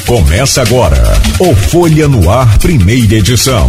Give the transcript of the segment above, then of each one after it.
Começa agora o Folha no Ar, primeira edição.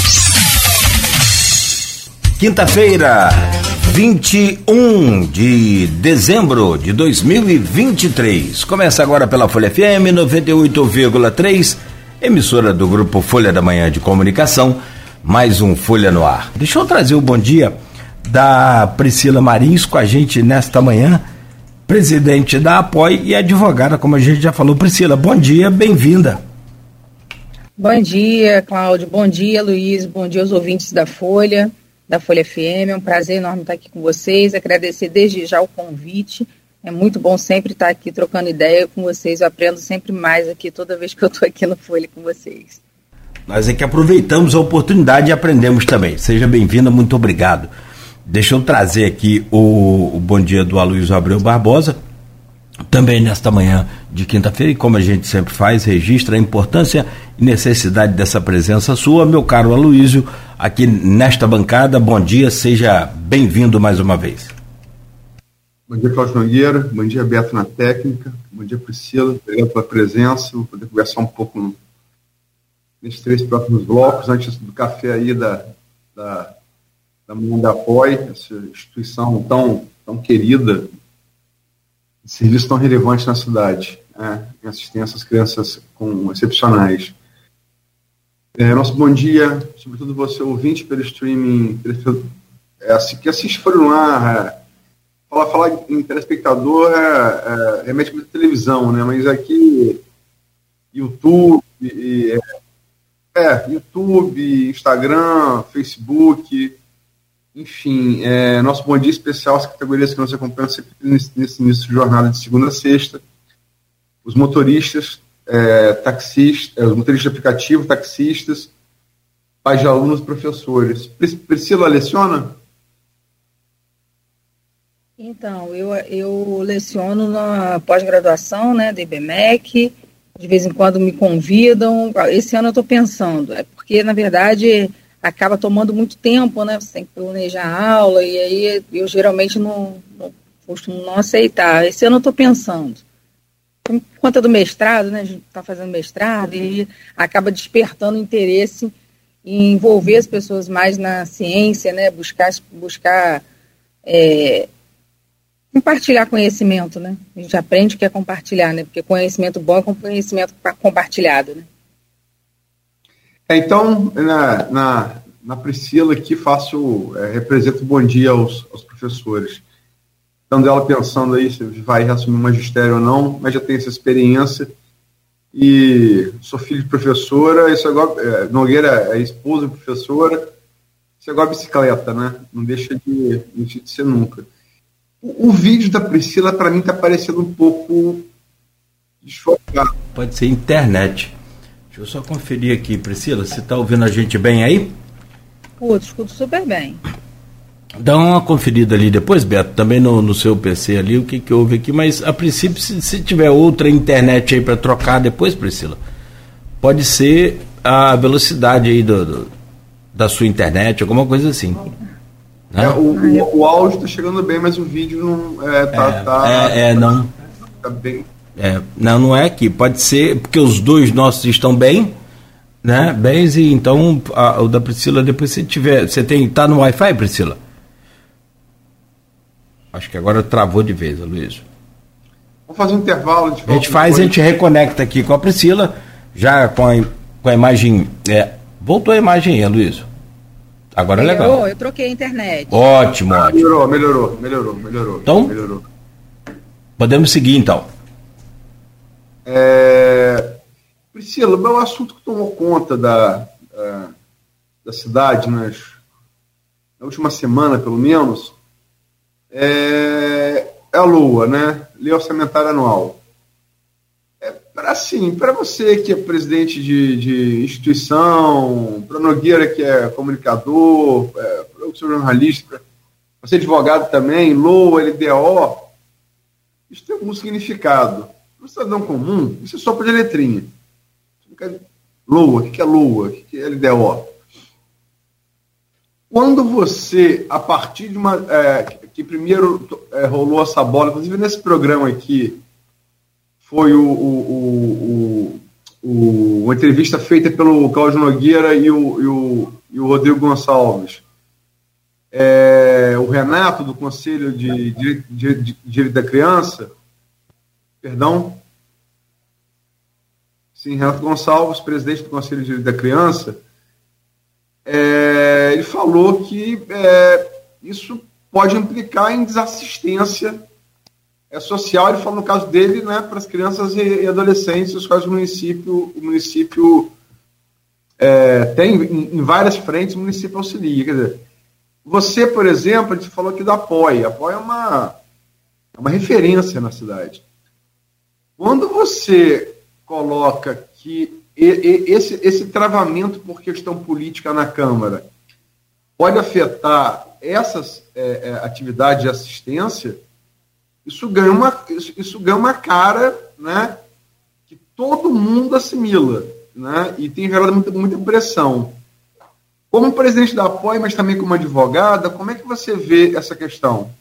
Quinta-feira, 21 de dezembro de 2023. Começa agora pela Folha FM 98,3, emissora do grupo Folha da Manhã de Comunicação, mais um Folha no Ar. Deixa eu trazer o bom dia da Priscila Marins com a gente nesta manhã, presidente da APOI e advogada, como a gente já falou. Priscila, bom dia, bem-vinda. Bom dia, Cláudio, bom dia, Luiz, bom dia aos ouvintes da Folha FM, é um prazer enorme estar aqui com vocês, agradecer desde já o convite, é muito bom sempre estar aqui trocando ideia com vocês, eu aprendo sempre mais aqui toda vez que eu estou aqui no Folha com vocês. Nós é que aproveitamos a oportunidade e aprendemos também. Seja bem-vinda, muito obrigado. Deixa eu trazer aqui o bom dia do Aloysio Abreu Barbosa, também nesta manhã de quinta-feira, e como a gente sempre faz, registra a importância e necessidade dessa presença sua, meu caro Aloysio, aqui nesta bancada. Bom dia, seja bem-vindo mais uma vez. Bom dia, Cláudio Nogueira, bom dia, Beto na técnica, bom dia, Priscila, obrigado pela presença, vou poder conversar um pouco nesses 3 próximos blocos, antes do café aí da manhã da APOI, essa instituição tão querida, de serviço tão relevante na cidade, né, em assistência às crianças excepcionais. Nosso bom dia, sobretudo você, ouvinte pelo streaming, que assiste Folha no Ar, falar em telespectador remete muito à televisão, né, mas aqui YouTube, YouTube, Instagram, Facebook, enfim, nosso bom dia especial às categorias que nos acompanham sempre nesse início de jornada de segunda a sexta, os motoristas, taxistas, os motoristas de aplicativo, taxistas, pais de alunos, professores. Priscila leciona? Então, eu leciono na pós-graduação, né, do IBMEC, de vez em quando me convidam. Esse ano eu estou pensando, porque na verdade acaba tomando muito tempo, né? Você tem que planejar a aula, e aí eu geralmente não costumo não aceitar. Esse ano eu estou pensando. Por conta do mestrado, né? A gente está fazendo mestrado e acaba despertando interesse em envolver as pessoas mais na ciência, né? Buscar compartilhar conhecimento, né? A gente aprende o que é compartilhar, né? Porque conhecimento bom é conhecimento compartilhado, né? Então, na Priscila aqui represento bom dia aos professores. Estando ela pensando aí se vai assumir um magistério ou não, mas já tenho essa experiência e sou filho de professora, Nogueira é esposa de professora, isso é igual a bicicleta, né? Não deixa de ser nunca. O vídeo da Priscila, para mim, está parecendo um pouco desfocado. Pode ser internet. Deixa eu só conferir aqui, Priscila, você está ouvindo a gente bem aí? Escuto super bem. Dá uma conferida ali depois, Beto, também no seu PC ali, o que houve aqui, mas a princípio, se tiver outra internet aí para trocar depois, Priscila, pode ser a velocidade aí da sua internet, alguma coisa assim. Né? O áudio está chegando bem, mas o vídeo não não. Tá bem. Não é aqui, pode ser porque os dois nossos estão bem, né? Bens, e então o da Priscila, depois se tiver, tá no Wi-Fi, Priscila? Acho que agora travou de vez, Aloysio. Vamos fazer um intervalo. A gente reconecta aqui com a Priscila, já com a imagem. Voltou a imagem aí, Aloysio. Agora melhorou, é legal. Eu troquei a internet. Ótimo. Melhorou. Então, melhorou. Podemos seguir então. Priscila, o assunto que tomou conta da cidade na última semana, pelo menos, é a LOA, né? Lei Orçamentária Anual. Para você que é presidente de instituição, para Nogueira que é comunicador, para eu que sou jornalista, você é advogado também, LOA, LDO, isso tem algum significado. Para o cidadão comum, isso é só por letrinha. LOA, o que é LOA? O que é LDO? Quando você, a partir de uma... que primeiro rolou essa bola, inclusive nesse programa aqui, foi o uma entrevista feita pelo Cláudio Nogueira e o Rodrigo Gonçalves. O Renato, do Conselho de Direito da Criança, Renato Gonçalves, presidente do Conselho de Direito da Criança, ele falou que isso pode implicar em desassistência social. Ele falou, no caso dele, né, para as crianças e adolescentes, os quais o município tem em várias frentes, o município auxilia. Quer dizer, você, por exemplo, a gente falou aqui da APOI. A APOI é uma referência na cidade. Quando você coloca que esse travamento por questão política na Câmara pode afetar essas atividades de assistência, isso ganha uma cara, né, que todo mundo assimila, né, e tem gerado muita pressão. Como presidente da APOI, mas também como advogada, como é que você vê essa questão?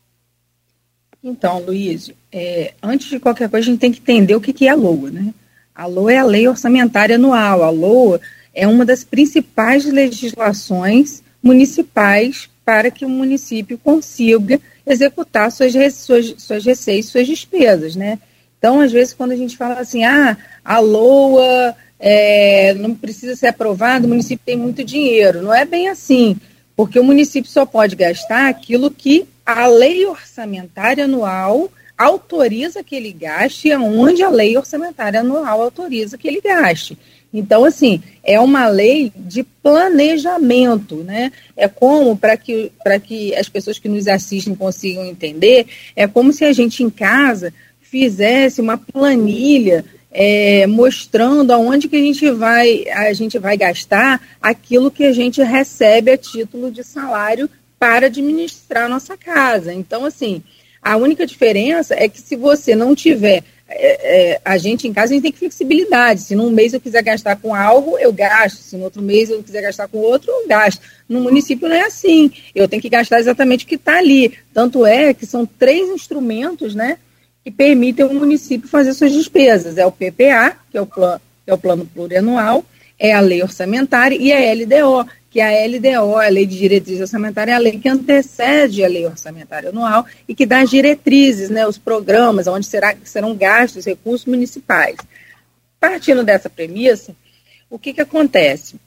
Então, Luiz, antes de qualquer coisa, a gente tem que entender o que é a LOA, né? A LOA é a Lei Orçamentária Anual. A LOA é uma das principais legislações municipais para que o município consiga executar suas receitas, suas despesas, né? Então, às vezes, quando a gente fala assim, a LOA não precisa ser aprovada, o município tem muito dinheiro. Não é bem assim, porque o município só pode gastar aquilo que a Lei Orçamentária Anual autoriza que ele gaste, aonde a Lei Orçamentária Anual autoriza que ele gaste. Então, assim, é uma lei de planejamento, né? É como, para que as pessoas que nos assistem consigam entender, é como se a gente em casa fizesse uma planilha mostrando aonde que a gente vai gastar aquilo que a gente recebe a título de salário para administrar a nossa casa. Então, assim, a única diferença é que se você não tiver a gente em casa, a gente tem flexibilidade. Se num mês eu quiser gastar com algo, eu gasto. Se no outro mês eu quiser gastar com outro, eu gasto. No município não é assim. Eu tenho que gastar exatamente o que está ali. Tanto é que são 3 instrumentos, né, que permitem o município fazer suas despesas. É o PPA, que é o Plano Plurianual, é a Lei Orçamentária e a LDO, que a LDO, a Lei de Diretrizes Orçamentárias, é a lei que antecede a Lei Orçamentária Anual e que dá as diretrizes, né, os programas, onde serão gastos os recursos municipais. Partindo dessa premissa, o que acontece?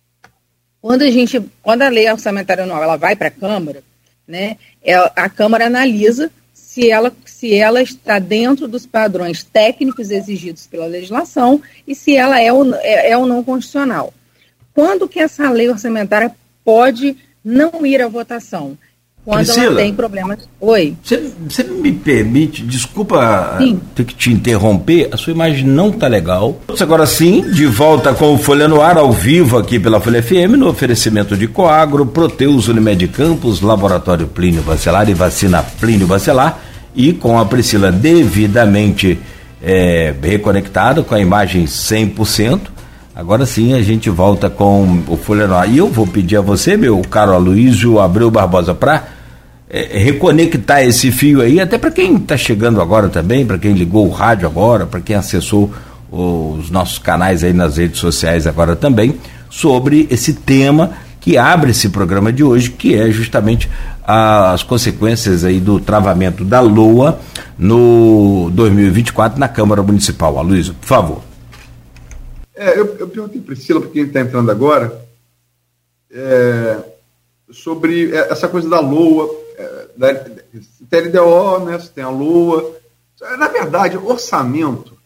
Quando a Lei Orçamentária Anual ela vai para a Câmara, né, a Câmara analisa se ela está dentro dos padrões técnicos exigidos pela legislação e se ela é ou não constitucional. Quando que essa lei orçamentária pode não ir à votação? Quando Priscila, ela tem problemas. Oi. Você me permite, desculpa Sim. ter que te interromper, a sua imagem não está legal. Agora sim, de volta com o Folha no Ar, ao vivo aqui pela Folha FM, no oferecimento de Coagro, Proteus, Unimed Campos, Laboratório Plínio Bacelar e Vacina Plínio Bacelar, e com a Priscila devidamente reconectada, com a imagem 100%. Agora sim a gente volta com o Folha no Ar. E eu vou pedir a você, meu caro Aloysio Abreu Barbosa, para reconectar esse fio aí, até para quem está chegando agora também, para quem ligou o rádio agora, para quem acessou os nossos canais aí nas redes sociais agora também, sobre esse tema que abre esse programa de hoje, que é justamente as consequências aí do travamento da LOA no 2024 na Câmara Municipal. Aloysio, por favor. Eu perguntei para Priscila, para quem está entrando agora, sobre essa coisa da LOA, da TLDO, né, você tem a LOA. Na verdade, orçamento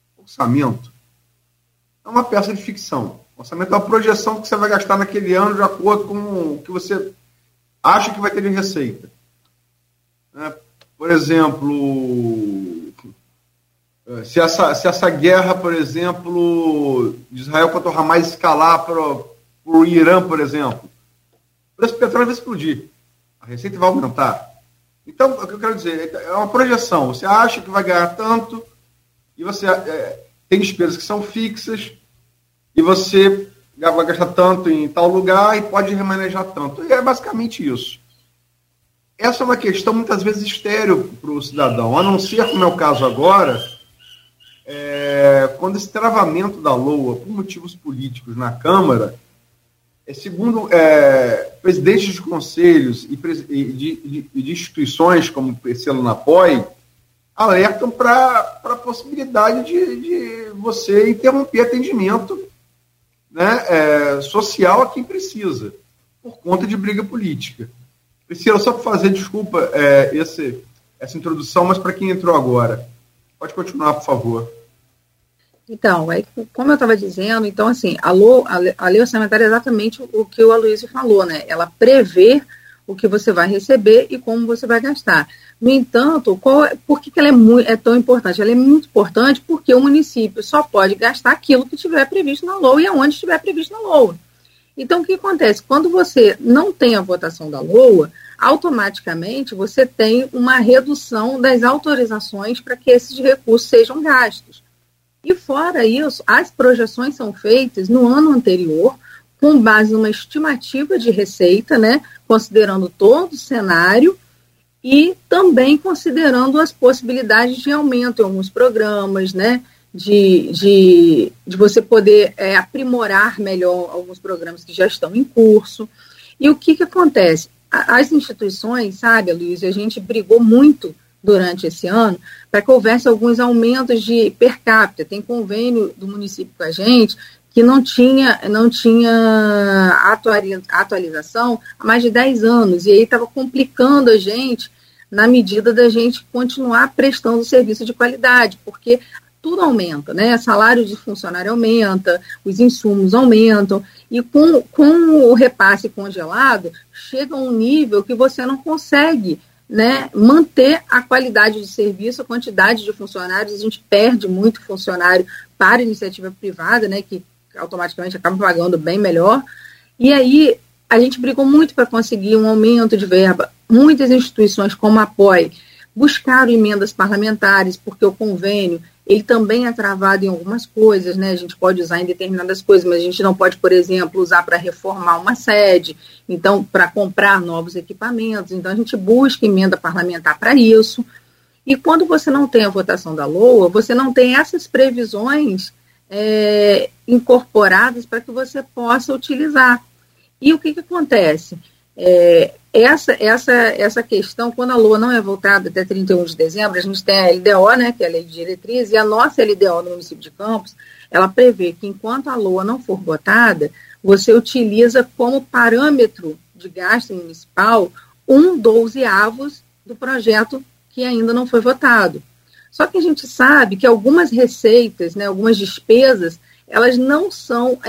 é uma peça de ficção. Orçamento é uma projeção do que você vai gastar naquele ano de acordo com o que você acha que vai ter de receita. Por exemplo, se essa guerra, por exemplo, de Israel contra o Hamas escalar para o Irã, por exemplo, o preço do petróleo vai explodir. A receita vai aumentar. Então, o que eu quero dizer, é uma projeção. Você acha que vai ganhar tanto e você tem despesas que são fixas e você vai gastar tanto em tal lugar e pode remanejar tanto. E é basicamente isso. Essa é uma questão muitas vezes estéril para o cidadão, a não ser, como é o caso agora, quando esse travamento da LOA, por motivos políticos na Câmara, segundo presidentes de conselhos e de instituições como o Priscila Napoi, alertam para a possibilidade de você interromper atendimento, né, social a quem precisa, por conta de briga política. Priscila, só para fazer, desculpa, essa introdução, mas para quem entrou agora, pode continuar, por favor. Então, como eu estava dizendo, então, assim, a lei orçamentária é exatamente o que o Aloysio falou, né? Ela prevê o que você vai receber e como você vai gastar. No entanto, por que ela é tão importante? Ela é muito importante porque o município só pode gastar aquilo que estiver previsto na LOA e aonde estiver previsto na LOA. Então, o que acontece? Quando você não tem a votação da LOA, automaticamente você tem uma redução das autorizações para que esses recursos sejam gastos. E fora isso, as projeções são feitas no ano anterior, com base numa estimativa de receita, né, considerando todo o cenário e também considerando as possibilidades de aumento em alguns programas, né, de você poder aprimorar melhor alguns programas que já estão em curso. E o que acontece? As instituições, sabe, Aloysio, a gente brigou muito durante esse ano para que houvesse alguns aumentos de per capita. Tem convênio do município com a gente que não tinha atualização há mais de 10 anos, e aí estava complicando a gente na medida da gente continuar prestando serviço de qualidade, porque tudo aumenta, né? Salário de funcionário aumenta, os insumos aumentam, e com o repasse congelado, chega a um nível que você não consegue, né, manter a qualidade de serviço, a quantidade de funcionários. A gente perde muito funcionário para a iniciativa privada, né, que automaticamente acaba pagando bem melhor. E aí a gente brigou muito para conseguir um aumento de verba. Muitas instituições, como a APOI, buscaram emendas parlamentares, porque o convênio ele também é travado em algumas coisas, né? A gente pode usar em determinadas coisas, mas a gente não pode, por exemplo, usar para reformar uma sede, então, para comprar novos equipamentos. Então, a gente busca emenda parlamentar para isso. E quando você não tem a votação da LOA, você não tem essas previsões incorporadas para que você possa utilizar. E o que acontece? Essa questão, quando a LOA não é votada até 31 de dezembro, a gente tem a LDO, né, que é a Lei de Diretriz, e a nossa LDO no município de Campos, ela prevê que enquanto a LOA não for votada, você utiliza como parâmetro de gasto municipal 1/12 do projeto que ainda não foi votado. Só que a gente sabe que algumas receitas, né, algumas despesas, elas não são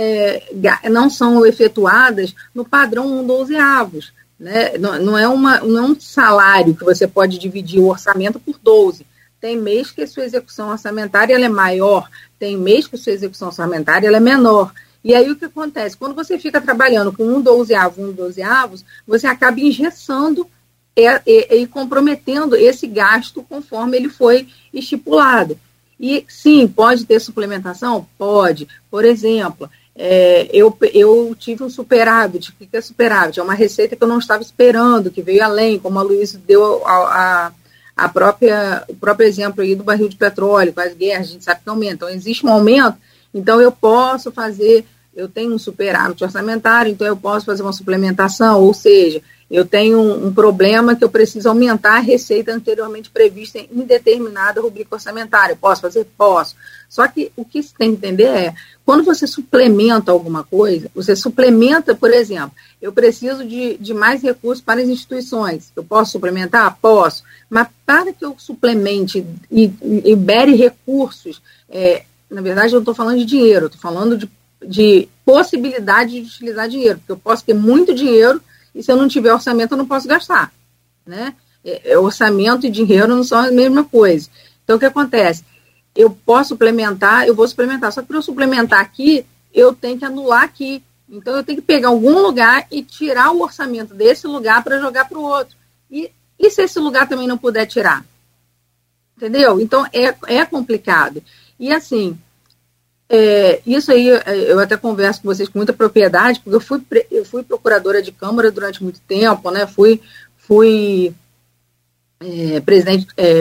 efetuadas no padrão 1/12. Né? Não é um salário que você pode dividir o orçamento por 12. Tem mês que a sua execução orçamentária ela é maior, tem mês que a sua execução orçamentária ela é menor. E aí o que acontece? Quando você fica trabalhando com 1/12, você acaba engessando e comprometendo esse gasto conforme ele foi estipulado. E sim, pode ter suplementação? Pode. Por exemplo, eu tive um superávit. O que é superávit? É uma receita que eu não estava esperando, que veio além, como a Luísa deu o próprio exemplo aí do barril de petróleo, com as guerras, a gente sabe que aumenta. Então, existe um aumento, então eu tenho um superávit orçamentário, então eu posso fazer uma suplementação, ou seja, eu tenho um problema que eu preciso aumentar a receita anteriormente prevista em determinada rubrica orçamentária. Posso fazer? Posso. Só que o que se tem que entender é, quando você suplementa alguma coisa, você suplementa, por exemplo, eu preciso de mais recursos para as instituições. Eu posso suplementar? Posso. Mas para que eu suplemente e libere recursos, na verdade eu não estou falando de dinheiro, eu estou falando de possibilidade de utilizar dinheiro, porque eu posso ter muito dinheiro e se eu não tiver orçamento eu não posso gastar, né? Orçamento e dinheiro não são a mesma coisa. Então o que acontece? Eu posso suplementar, eu vou suplementar, só que para eu suplementar aqui, eu tenho que anular aqui. Então eu tenho que pegar algum lugar e tirar o orçamento desse lugar para jogar para o outro. E se esse lugar também não puder tirar? Entendeu? Então é complicado. E assim, isso aí eu até converso com vocês com muita propriedade, porque eu fui procuradora de Câmara durante muito tempo, né? Fui presidente,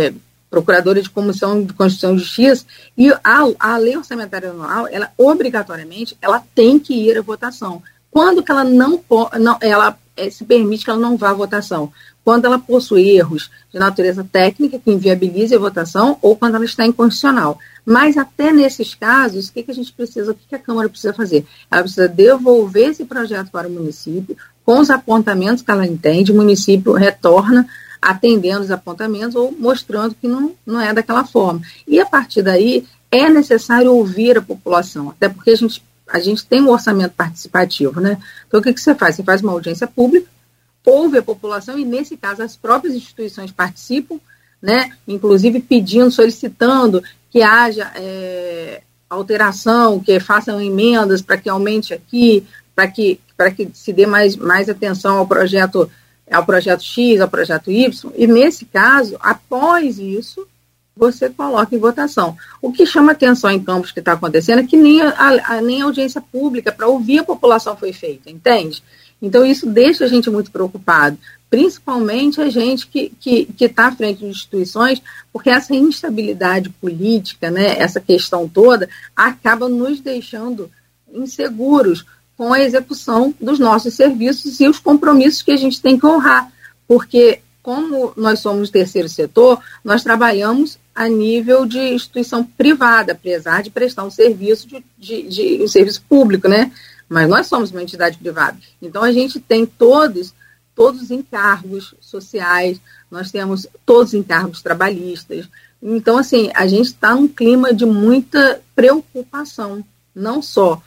procuradora de Comissão de Constituição e Justiça, e a lei orçamentária anual, ela obrigatoriamente, ela tem que ir à votação. Quando que ela se permite que ela não vá à votação? Quando ela possui erros de natureza técnica que inviabilizem a votação ou quando ela está inconstitucional. Mas até nesses casos, o que a gente precisa, o que a Câmara precisa fazer? Ela precisa devolver esse projeto para o município com os apontamentos que ela entende, o município retorna atendendo os apontamentos ou mostrando que não é daquela forma. E a partir daí é necessário ouvir a população, até porque a gente tem um orçamento participativo, né? Então o que você faz? Você faz uma audiência pública, ouve a população e, nesse caso, as próprias instituições participam, né? Inclusive pedindo, solicitando que haja alteração, que façam emendas para que aumente aqui, para que se dê mais atenção ao projeto X, ao projeto Y, e nesse caso, após isso, você coloca em votação. O que chama atenção em Campos que está acontecendo é que nem a audiência pública para ouvir a população foi feita, entende? Então isso deixa a gente muito preocupado, principalmente a gente que está à frente de instituições, porque essa instabilidade política, né, essa questão toda, acaba nos deixando inseguros com a execução dos nossos serviços e os compromissos que a gente tem que honrar, porque como nós somos terceiro setor, nós trabalhamos a nível de instituição privada, apesar de prestar um serviço um serviço público, né? Mas nós somos uma entidade privada. Então a gente tem todos os encargos sociais, nós temos todos os encargos trabalhistas. Então, assim, a gente está num clima de muita preocupação, não só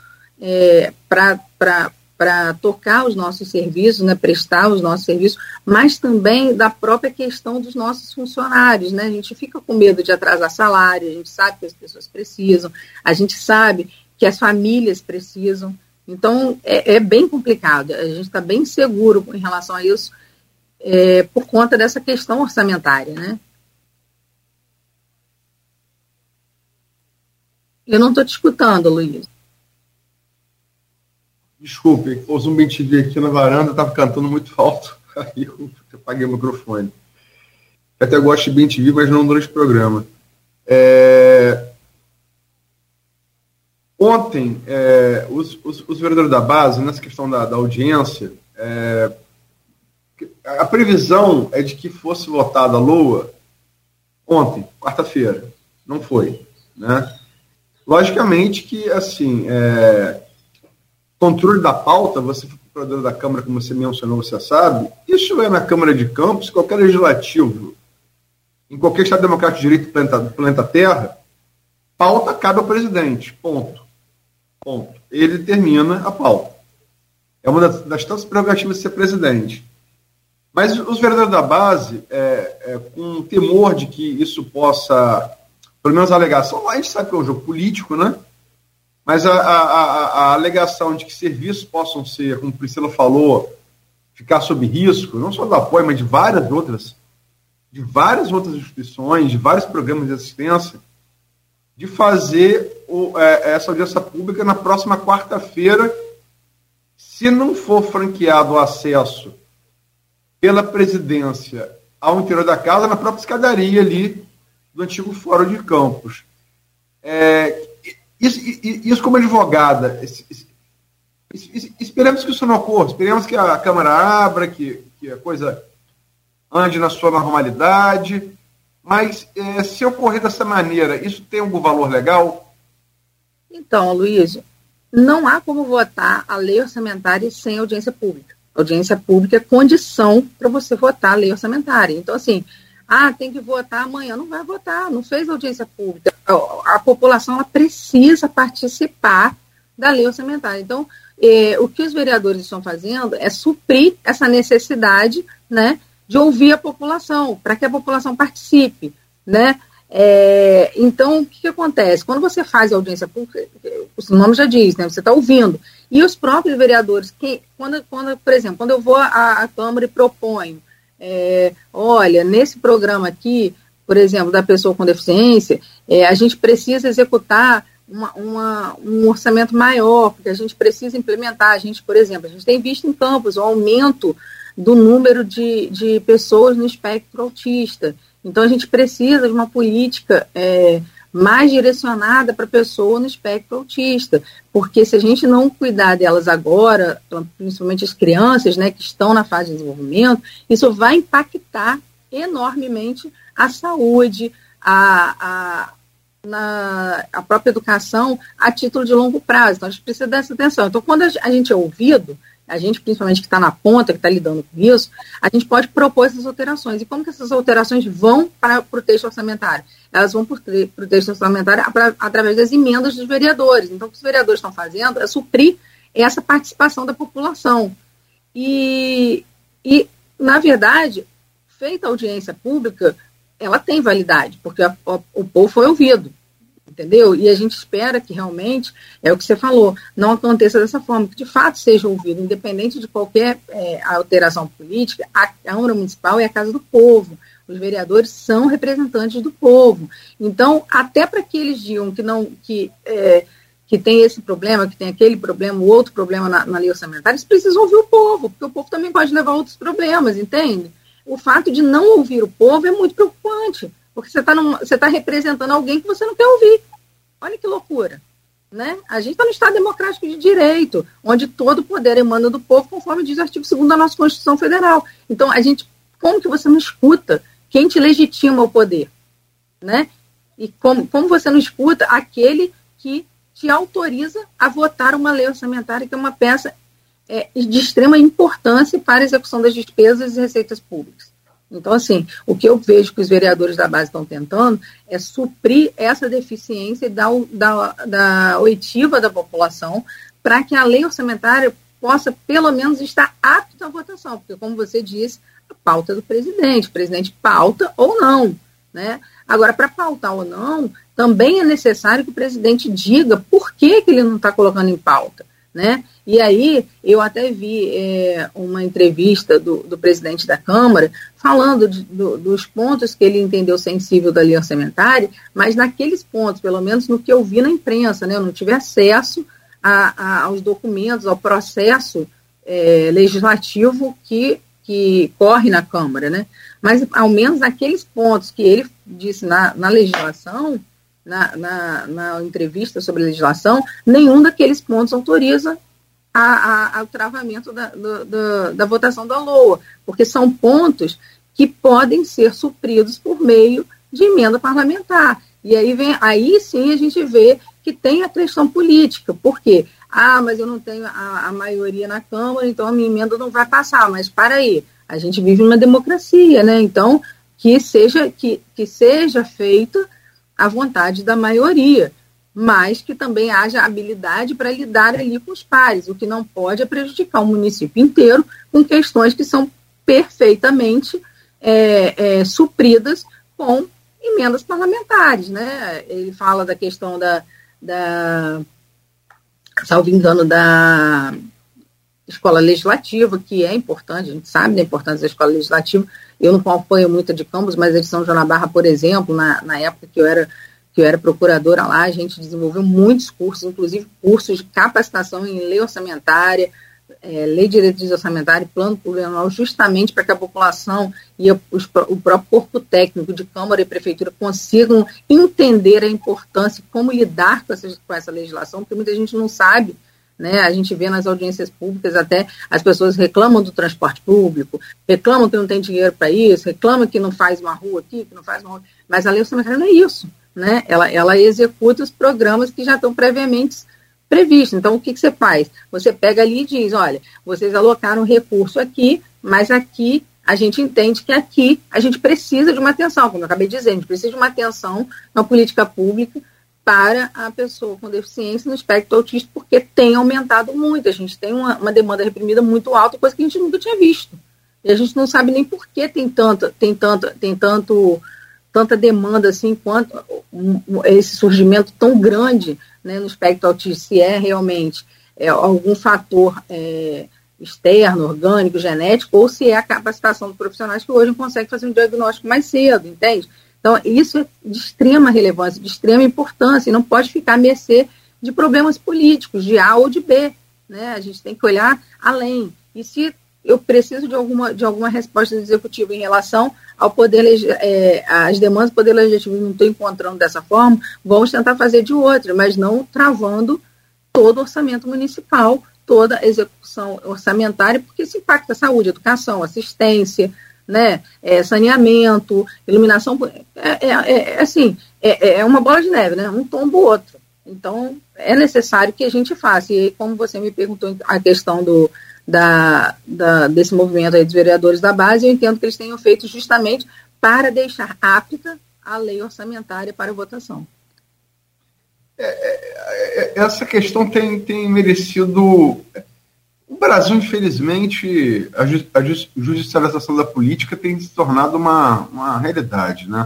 para tocar os nossos serviços, né, prestar os nossos serviços, mas também da própria questão dos nossos funcionários, né? A gente fica com medo de atrasar salário, a gente sabe que as pessoas precisam, a gente sabe que as famílias precisam, então é bem complicado, a gente está bem seguro em relação a isso, por conta dessa questão orçamentária, né? Eu não estou te escutando, Luiz. Desculpe, pôs um BTV aqui na varanda, estava cantando muito alto, aí eu apaguei o microfone. Eu até gosto de BTV, mas não durante o programa. Ontem, os vereadores da base, nessa questão da audiência, a previsão é de que fosse votada a LOA ontem, quarta-feira. Não foi, né? Logicamente que, assim, controle da pauta, você foi procurador da Câmara, como você mencionou, você sabe, isso é na Câmara de Campos, qualquer legislativo, em qualquer Estado Democrático de Direito do planeta Terra, pauta cabe ao presidente, ponto. Ele determina a pauta. É uma das tantas prerrogativas de ser presidente. Mas os vereadores da base, com temor de que isso possa, pelo menos a alegação, a gente sabe que é um jogo político, né? Mas a alegação de que serviços possam ser, como Priscila falou, ficar sob risco, não só do apoio, mas de várias outras instituições, de vários programas de assistência, de fazer essa audiência pública na próxima quarta-feira, se não for franqueado o acesso pela presidência ao interior da casa, na própria escadaria ali do antigo Fórum de Campos. Isso como advogada, esperemos que isso não ocorra, esperemos que a Câmara abra, que a coisa ande na sua normalidade, mas se ocorrer dessa maneira, isso tem algum valor legal? Então, Luiz, não há como votar a lei orçamentária sem audiência pública. Audiência pública é condição para você votar a lei orçamentária. Então, assim, tem que votar amanhã. Não vai votar, não fez audiência pública. A população ela precisa participar da lei orçamentária. Então, o que os vereadores estão fazendo é suprir essa necessidade, né, de ouvir a população, para que a população participe, né? Então, o que acontece? Quando você faz a audiência pública, o nome já diz, né? Você está ouvindo. E os próprios vereadores, por exemplo, quando eu vou à Câmara e proponho, olha, nesse programa aqui, por exemplo, da pessoa com deficiência, a gente precisa executar um orçamento maior, porque a gente precisa implementar, por exemplo, a gente tem visto em Campos o aumento do número de pessoas no espectro autista. Então, a gente precisa de uma política mais direcionada para a pessoa no espectro autista, porque se a gente não cuidar delas agora, principalmente as crianças, né, que estão na fase de desenvolvimento, isso vai impactar enormemente a saúde, a própria educação a título de longo prazo. Então, a gente precisa dessa atenção. Então, quando a gente é ouvido, a gente, principalmente que está na ponta, que está lidando com isso, a gente pode propor essas alterações. E como que essas alterações vão para o texto orçamentário? Elas vão para o texto orçamentário através das emendas dos vereadores. Então, o que os vereadores estão fazendo é suprir essa participação da população. E na verdade, feita a audiência pública, ela tem validade, porque o povo foi ouvido, entendeu? E a gente espera que realmente, é o que você falou, não aconteça dessa forma, que de fato seja ouvido, independente de qualquer alteração política, a Câmara Municipal é a casa do povo, os vereadores são representantes do povo. Então, até para que eles digam que tem esse problema, que tem aquele problema, o outro problema na lei orçamentária, eles precisam ouvir o povo, porque o povo também pode levar outros problemas, entende? O fato de não ouvir o povo é muito preocupante, porque você está representando alguém que você não quer ouvir. Olha que loucura, né? A gente está no Estado Democrático de Direito, onde todo o poder emana do povo, conforme diz o artigo 2º da nossa Constituição Federal. Então, como que você não escuta quem te legitima o poder, né? E como você não escuta aquele que te autoriza a votar uma lei orçamentária, que é uma peça de extrema importância para a execução das despesas e receitas públicas. Então, assim, o que eu vejo que os vereadores da base estão tentando é suprir essa deficiência da oitiva da população para que a lei orçamentária possa, pelo menos, estar apta à votação, porque, como você disse, a pauta do presidente, o presidente pauta ou não, né? Agora, para pautar ou não, também é necessário que o presidente diga por que ele não está colocando em pauta, né? E aí, eu até vi uma entrevista do presidente da Câmara falando dos pontos que ele entendeu sensível da lei orçamentária, mas naqueles pontos, pelo menos no que eu vi na imprensa, né, eu não tive acesso aos documentos, ao processo legislativo que corre na Câmara, né? Mas, ao menos naqueles pontos que ele disse na legislação, na entrevista sobre a legislação, nenhum daqueles pontos autoriza ao travamento da votação da LOA, porque são pontos que podem ser supridos por meio de emenda parlamentar. E aí sim a gente vê que tem a questão política. Por quê? Mas eu não tenho a maioria na Câmara, então a minha emenda não vai passar. Mas para aí, a gente vive numa democracia, né? Então, que seja feita a vontade da maioria, mas que também haja habilidade para lidar ali com os pares. O que não pode é prejudicar o município inteiro com questões que são perfeitamente supridas com emendas parlamentares, né? Ele fala da questão salvo engano, da escola legislativa, que é importante, a gente sabe da importância da escola legislativa. Eu não acompanho muito de Campos, mas a de São João da Barra, por exemplo, na época que eu era procuradora lá, a gente desenvolveu muitos cursos, inclusive cursos de capacitação em lei orçamentária, lei de diretriz orçamentária e plano plurianual, justamente para que a população e o próprio corpo técnico de Câmara e Prefeitura consigam entender a importância e como lidar com essa legislação, porque muita gente não sabe, né? A gente vê nas audiências públicas até as pessoas reclamam do transporte público, reclamam que não tem dinheiro para isso, reclamam que não faz uma rua aqui, que não faz uma rua, mas a lei orçamentária não é isso, né? Ela executa os programas que já estão previamente previstos. Então, o que você faz? Você pega ali e diz, olha, vocês alocaram recurso aqui, mas aqui a gente entende que aqui a gente precisa de uma atenção, como eu acabei de dizer, a gente precisa de uma atenção na política pública para a pessoa com deficiência no espectro autista, porque tem aumentado muito, a gente tem uma demanda reprimida muito alta, coisa que a gente nunca tinha visto. E a gente não sabe nem por que tem tanta demanda assim, quanto esse surgimento tão grande, né, no espectro autista, se é realmente algum fator externo, orgânico, genético, ou se é a capacitação dos profissionais que hoje conseguem fazer um diagnóstico mais cedo, entende? Então, isso é de extrema relevância, de extrema importância, e não pode ficar à mercê de problemas políticos, de A ou de B, né? A gente tem que olhar além. E se eu preciso de alguma resposta do Executivo em relação ao às demandas do Poder Legislativo. Não estou encontrando dessa forma, vamos tentar fazer de outra, mas não travando todo o orçamento municipal, toda a execução orçamentária, porque isso impacta a saúde, educação, assistência, né, saneamento, iluminação, é uma bola de neve, né, um tomba o outro. Então, é necessário que a gente faça. E como você me perguntou a questão desse movimento aí dos vereadores da base, eu entendo que eles tenham feito justamente para deixar apta a lei orçamentária para votação. Essa questão tem merecido... O Brasil, infelizmente, a judicialização da política tem se tornado uma realidade, né?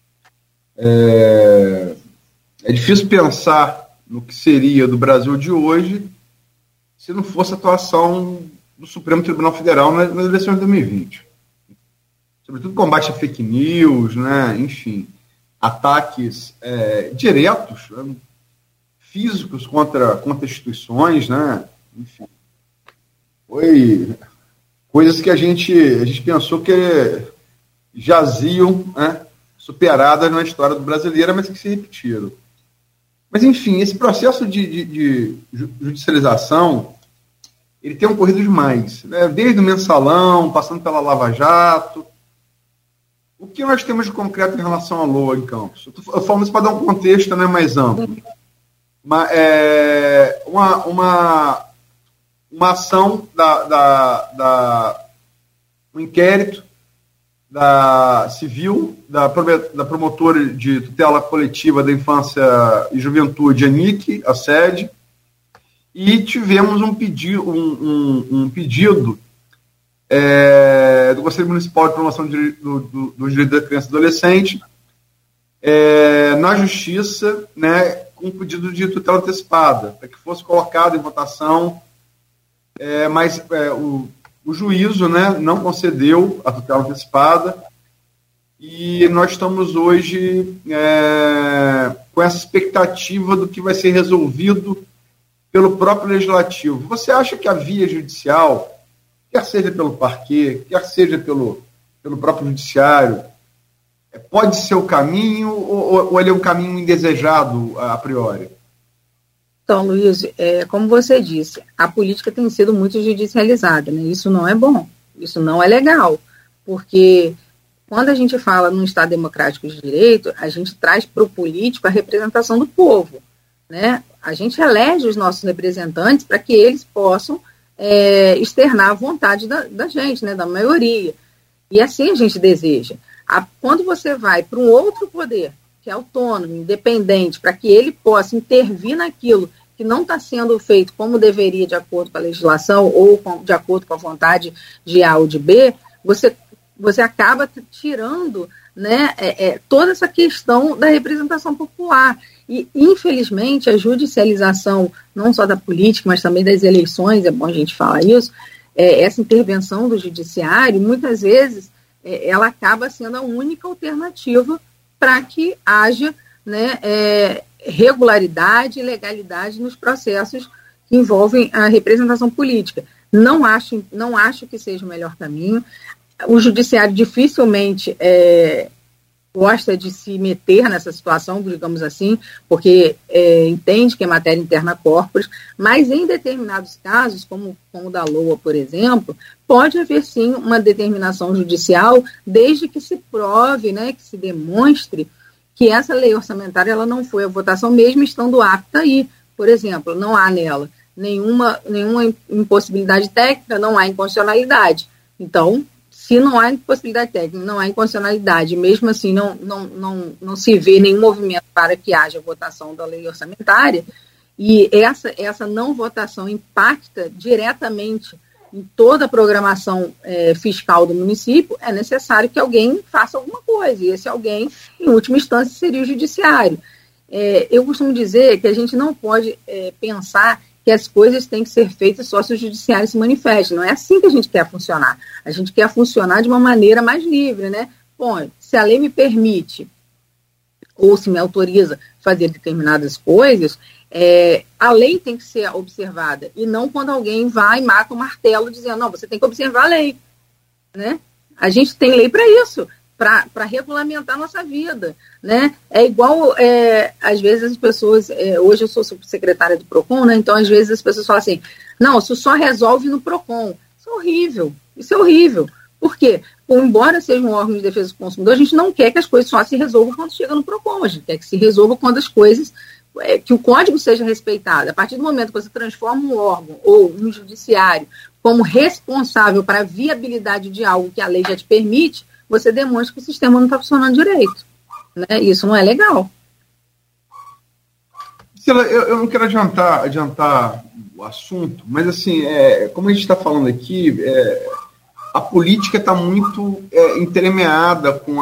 É difícil pensar no que seria do Brasil de hoje se não fosse a atuação do Supremo Tribunal Federal nas eleições de 2020. Sobretudo combate a fake news, né? Enfim, ataques diretos, né? Físicos contra instituições, né? Enfim, foi coisas que a gente pensou que jaziam, né, superadas na história brasileira, mas que se repetiram. Mas, enfim, esse processo de judicialização, ele tem ocorrido demais, né? Desde o mensalão, passando pela Lava Jato. O que nós temos de concreto em relação à LOA em Campos? Eu estou falando isso para dar um contexto, né, mais amplo. Uma ação um inquérito civil da promotora de tutela coletiva da infância e juventude, ANIC, a sede, e tivemos um pedido do Conselho Municipal de Promoção dos Direitos da Criança e Adolescente na Justiça, né, com um pedido de tutela antecipada, para que fosse colocado em votação, mas o juízo, né, não concedeu a tutela antecipada, e nós estamos hoje com essa expectativa do que vai ser resolvido pelo próprio Legislativo. Você acha que a via judicial, quer seja pelo parquê, quer seja pelo próprio judiciário, pode ser o caminho, ou ele é um caminho indesejado a priori? Então, Luiz, como você disse, a política tem sido muito judicializada, né? Isso não é bom, isso não é legal, porque quando a gente fala num Estado democrático de direito, a gente traz para o político a representação do povo, né? A gente elege os nossos representantes para que eles possam externar a vontade da gente, né? Da maioria. E assim a gente deseja. Quando você vai para um outro poder, que é autônomo, independente, para que ele possa intervir naquilo que não está sendo feito como deveria, de acordo com a legislação ou de acordo com a vontade de A ou de B, você acaba tirando, né, toda essa questão da representação popular. E, infelizmente, a judicialização, não só da política, mas também das eleições, é bom a gente falar isso, essa intervenção do judiciário, muitas vezes, ela acaba sendo a única alternativa para que haja, né, regularidade e legalidade nos processos que envolvem a representação política. Não acho que seja o melhor caminho. O judiciário dificilmente gosta de se meter nessa situação, digamos assim, porque entende que é matéria interna corporis, mas em determinados casos, como o da LOA, por exemplo, pode haver sim uma determinação judicial, desde que se prove, né, que se demonstre que essa lei orçamentária ela não foi à votação, mesmo estando apta aí. Por exemplo, não há nela nenhuma impossibilidade técnica, não há inconstitucionalidade. Então, se não há impossibilidade técnica, não há inconstitucionalidade, mesmo assim não se vê nenhum movimento para que haja votação da lei orçamentária, e essa não votação impacta diretamente em toda a programação fiscal do município, é necessário que alguém faça alguma coisa, e esse alguém, em última instância, seria o judiciário. Eu costumo dizer que a gente não pode pensar que as coisas têm que ser feitas só se o judiciário se manifeste. Não é assim que a gente quer funcionar. A gente quer funcionar de uma maneira mais livre, né? Bom, se a lei me permite ou se me autoriza fazer determinadas coisas, a lei tem que ser observada, e não quando alguém vai e marca o martelo dizendo, não, você tem que observar a lei, né? A gente tem lei para isso, para regulamentar a nossa vida, né? É igual, às vezes as pessoas, hoje eu sou secretária do PROCON, né? Então às vezes as pessoas falam assim, não, isso só resolve no PROCON. Isso é horrível. Por quê? Embora seja um órgão de defesa do consumidor, a gente não quer que as coisas só se resolvam quando chega no PROCON, a gente quer que se resolva quando as coisas, que o código seja respeitado. A partir do momento que você transforma um órgão ou um judiciário como responsável para a viabilidade de algo que a lei já te permite, você demonstra que o sistema não está funcionando direito, né? Isso não é legal. Eu não quero adiantar o assunto, mas assim, como a gente está falando aqui, a política está muito entremeada com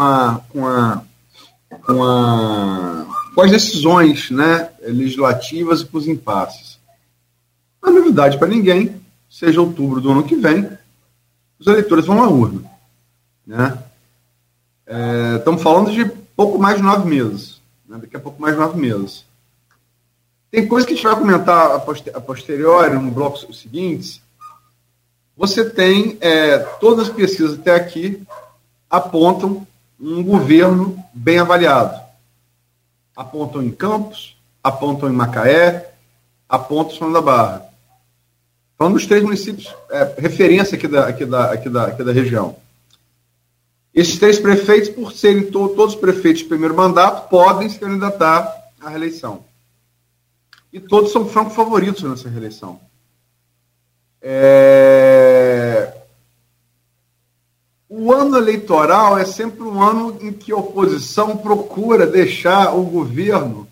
as decisões, né, legislativas e com os impasses. Não é novidade para ninguém, seja outubro do ano que vem, os eleitores vão à urna, né? Estamos falando de pouco mais de 9 meses, né? Daqui a pouco mais de 9 meses. Tem coisa que a gente vai comentar a posteriori, no bloco seguinte. Você tem, todas as pesquisas até aqui apontam um governo bem avaliado. Apontam em Campos, apontam em Macaé, apontam em São da Barra. Falando dos 3 municípios, referência aqui da região. Esses 3 prefeitos, por serem todos prefeitos de primeiro mandato, podem se candidatar à reeleição. E todos são franco favoritos nessa reeleição. O ano eleitoral é sempre um ano em que a oposição procura deixar o governo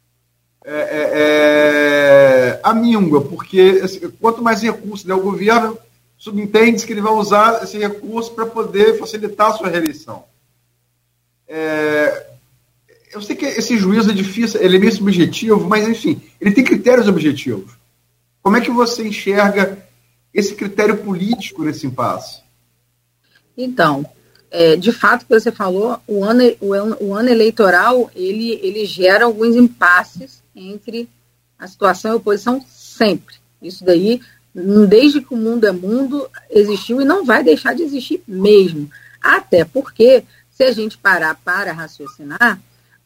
à míngua, porque quanto mais recursos der o governo, subentende-se que ele vai usar esse recurso para poder facilitar a sua reeleição. Eu sei que esse juízo é difícil, ele é meio subjetivo, mas, enfim, ele tem critérios objetivos. Como é que você enxerga esse critério político nesse impasse? Então, de fato, o que você falou, o ano eleitoral, ele gera alguns impasses entre a situação e a oposição sempre. Isso daí, desde que o mundo é mundo, existiu e não vai deixar de existir mesmo. Até porque, se a gente parar para raciocinar,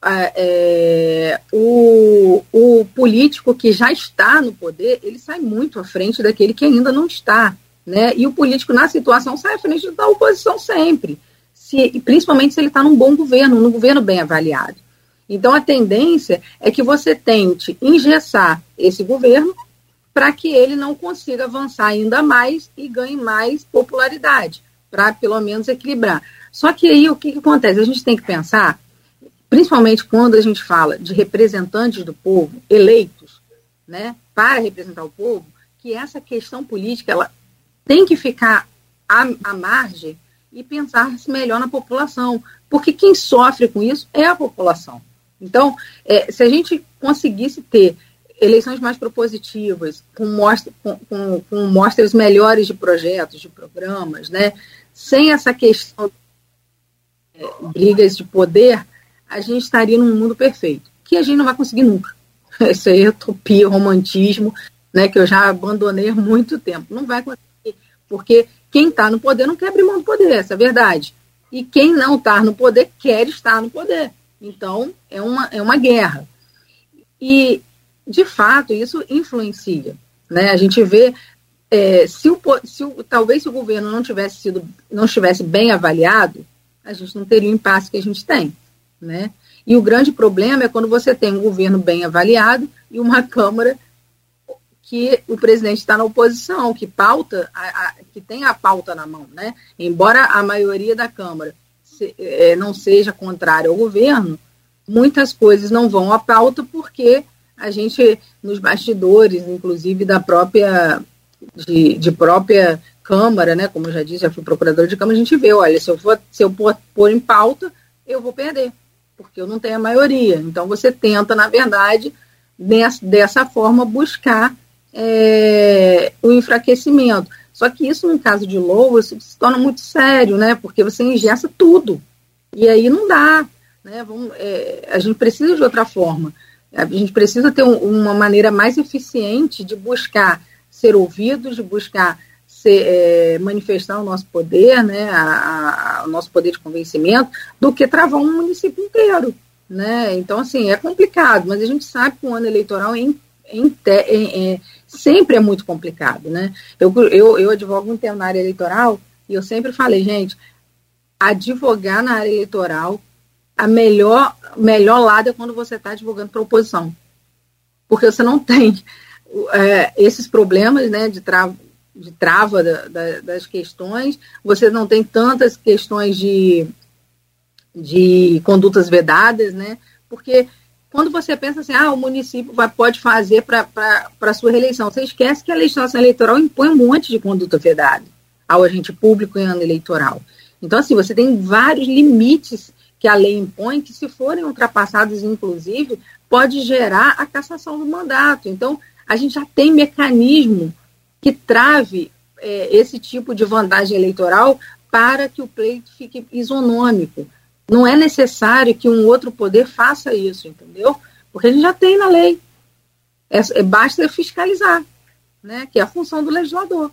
o político que já está no poder, ele sai muito à frente daquele que ainda não está, né? E o político na situação sai à frente da oposição sempre, principalmente se ele está num bom governo, num governo bem avaliado. Então a tendência é que você tente engessar esse governo para que ele não consiga avançar ainda mais e ganhe mais popularidade, para pelo menos equilibrar. Só que aí o que acontece? A gente tem que pensar, principalmente quando a gente fala de representantes do povo, eleitos, né, para representar o povo, que essa questão política ela tem que ficar à margem e pensar melhor na população, porque quem sofre com isso é a população. Então, se a gente conseguisse ter eleições mais propositivas, com mostras melhores de projetos, de programas, né, sem essa questão de brigas de poder, a gente estaria num mundo perfeito, que a gente não vai conseguir nunca. Isso aí é utopia, romantismo, né, que eu já abandonei há muito tempo. Não vai conseguir, porque quem está no poder não quer abrir mão do poder, essa é a verdade. E quem não está no poder quer estar no poder. Então, é uma guerra. E, de fato, isso influencia, né? A gente vê, talvez se o governo não estivesse bem avaliado, a gente não teria o impasse que a gente tem, né? E o grande problema é quando você tem um governo bem avaliado e uma Câmara que o presidente está na oposição, que pauta, que tem a pauta na mão, né? Embora a maioria da Câmara não seja contrária ao governo, muitas coisas não vão à pauta porque a gente, nos bastidores, inclusive da própria Câmara, né? Como eu já disse, já fui procuradora de Câmara, a gente vê, olha, se eu pôr em pauta, eu vou perder, porque eu não tenho a maioria. Então você tenta, na verdade, dessa forma, buscar o enfraquecimento. Só que isso, no caso de Louros, se torna muito sério, né? Porque você engessa tudo. E aí não dá. né? A gente precisa de outra forma. A gente precisa ter uma maneira mais eficiente de buscar ser ouvidos, de buscar manifestar o nosso poder, né, o nosso poder de convencimento, do que travar um município inteiro, né? Então, assim, é complicado, mas a gente sabe que o ano eleitoral sempre é muito complicado, né? Eu advogo um tempo na área eleitoral e eu sempre falei, gente, advogar na área eleitoral, a melhor lado é quando você está advogando para a oposição, porque você não tem esses problemas, né, de trava das questões, você não tem tantas questões de condutas vedadas, né? Porque quando você pensa assim, o município pode fazer para a sua reeleição, você esquece que a legislação eleitoral impõe um monte de conduta vedada ao agente público em ano eleitoral. Então, assim, você tem vários limites que a lei impõe, que se forem ultrapassados, inclusive, pode gerar a cassação do mandato. Então, a gente já tem mecanismo que trave esse tipo de vantagem eleitoral para que o pleito fique isonômico. Não é necessário que um outro poder faça isso, entendeu? Porque a gente já tem na lei. Basta fiscalizar, né? Que é a função do legislador.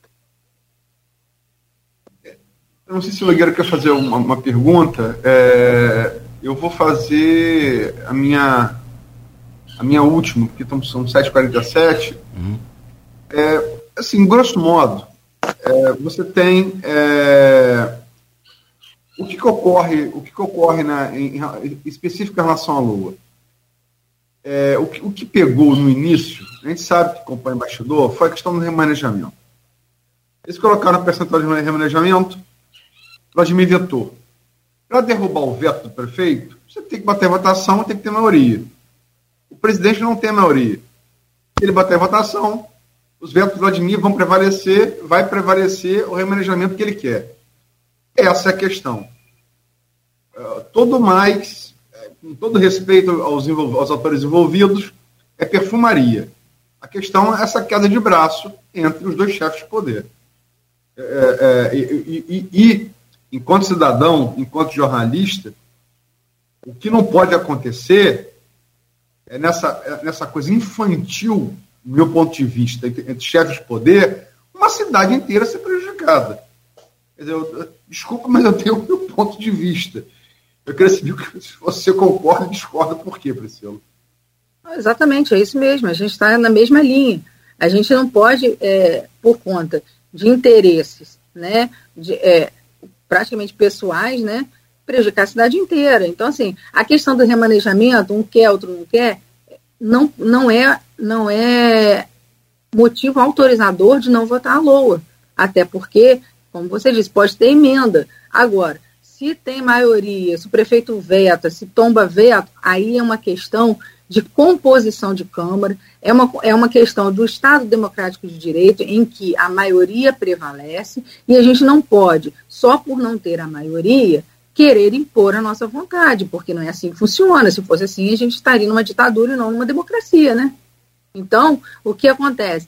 Eu não sei se o Nogueira quer fazer uma pergunta. Eu vou fazer a minha última, porque são 7h47. Assim, grosso modo, você tem o que ocorre específico em relação à Lua. O que pegou no início, a gente sabe que acompanha o bastidor, foi a questão do remanejamento. Eles colocaram a percentual de remanejamento, Vladimir vetou. Para derrubar o veto do prefeito, você tem que bater a votação e tem que ter maioria. O presidente não tem maioria. Se ele bater a votação, os vetos do Vladimir vão prevalecer, vai prevalecer o remanejamento que ele quer. Essa é a questão. Todo mais, com todo respeito aos atores envolvidos, é perfumaria. A questão é essa queda de braço entre os dois chefes de poder. E enquanto cidadão, enquanto jornalista, o que não pode acontecer é nessa coisa infantil, do meu ponto de vista, entre chefes de poder, uma cidade inteira ser prejudicada. Quer dizer, desculpa, mas eu tenho o meu ponto de vista. Eu queria saber se você concorda ou discorda, por quê, Priscila? Exatamente, é isso mesmo. A gente está na mesma linha. A gente não pode, por conta de interesses, né, praticamente pessoais, né, prejudicar a cidade inteira. Então, assim, a questão do remanejamento, um quer, outro não quer, não é motivo autorizador de não votar a LOA. Até porque, como você disse, pode ter emenda. Agora, se tem maioria, se o prefeito veta, se tomba veto, aí é uma questão de composição de Câmara, é uma questão do Estado Democrático de Direito, em que a maioria prevalece, e a gente não pode, só por não ter a maioria, querer impor a nossa vontade, porque não é assim que funciona. Se fosse assim, a gente estaria numa ditadura e não numa democracia, né? Então, o que acontece?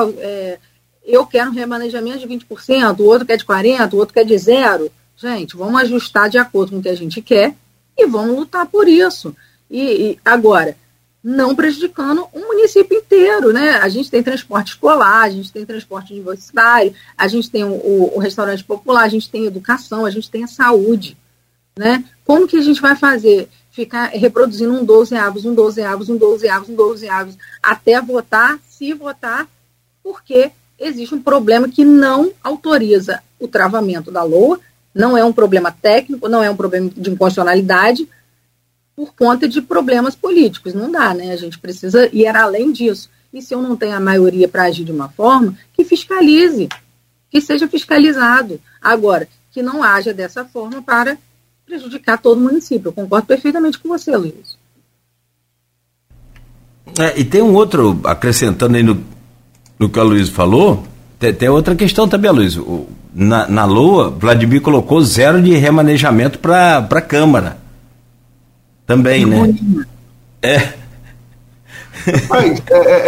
Eu quero um remanejamento de 20%, o outro quer de 40%, o outro quer de 0%. Gente, vamos ajustar de acordo com o que a gente quer e vamos lutar por isso. E agora, não prejudicando o município inteiro, né? A gente tem transporte escolar, a gente tem transporte universitário, a gente tem o restaurante popular, a gente tem educação, a gente tem a saúde, né? Como que a gente vai fazer? Ficar reproduzindo um 12 avos, um 12 avos, um 12 avos, um 12 avos, até votar, se votar, porque existe um problema que não autoriza o travamento da LOA, não é um problema técnico, não é um problema de inconstitucionalidade, por conta de problemas políticos. Não dá, né? A gente precisa ir além disso. E se eu não tenho a maioria para agir de uma forma, que fiscalize, que seja fiscalizado. Agora, que não haja dessa forma para prejudicar todo o município. Eu concordo perfeitamente com você, Luiz. E tem um outro, acrescentando aí no que a Luiz falou, tem outra questão também, Luiz. Na LOA, Vladimir colocou 0 de remanejamento para a Câmara. Também, né? Mas,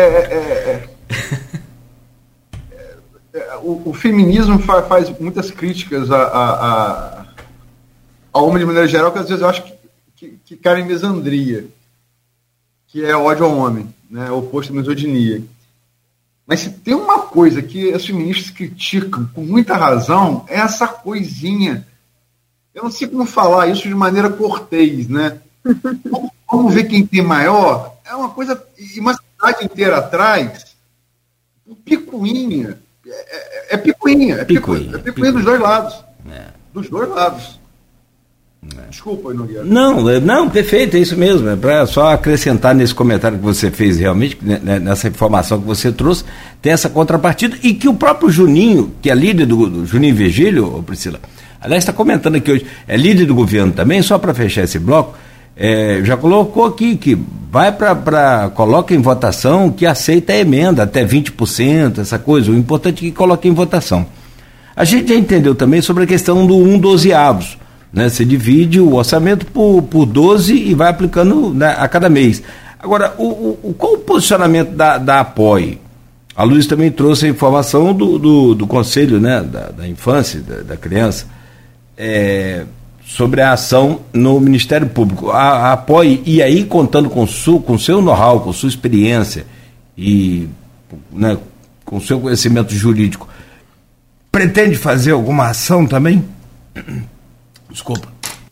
o feminismo faz muitas críticas ao homem de maneira geral, que às vezes eu acho que que cai em misandria, que é ódio ao homem, né, oposto à misoginia. Mas se tem uma coisa que os feministas criticam com muita razão, é essa coisinha. Eu não sei como falar isso de maneira cortês, né? Vamos ver quem tem maior. É uma coisa... E uma cidade inteira atrás, picuinha. É picuinha. É picuinha dos dois lados. Dos dois lados. Desculpa, Nogueira. Não, perfeito, é isso mesmo. É para só acrescentar nesse comentário que você fez realmente, nessa informação que você trouxe, tem essa contrapartida, e que o próprio Juninho, que é líder do Juninho Virgílio, Priscila, aliás, está comentando aqui hoje, é líder do governo também, só para fechar esse bloco, já colocou aqui que coloca em votação que aceita a emenda, até 20%, essa coisa, o importante é que coloque em votação. A gente já entendeu também sobre a questão do 1/12, né? Você divide o orçamento por 12 e vai aplicando, né, a cada mês. Agora, qual o posicionamento da APOI? A Luiz também trouxe a informação do Conselho, né, da Infância, da Criança, sobre a ação no Ministério Público. A APOI, e aí contando com o seu know-how, com sua experiência e, né, com o seu conhecimento jurídico, pretende fazer alguma ação também? Desculpa.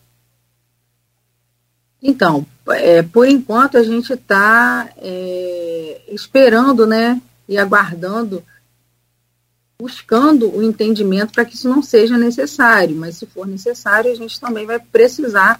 Então, por enquanto a gente está esperando, né, e aguardando, buscando o entendimento para que isso não seja necessário, mas se for necessário a gente também vai precisar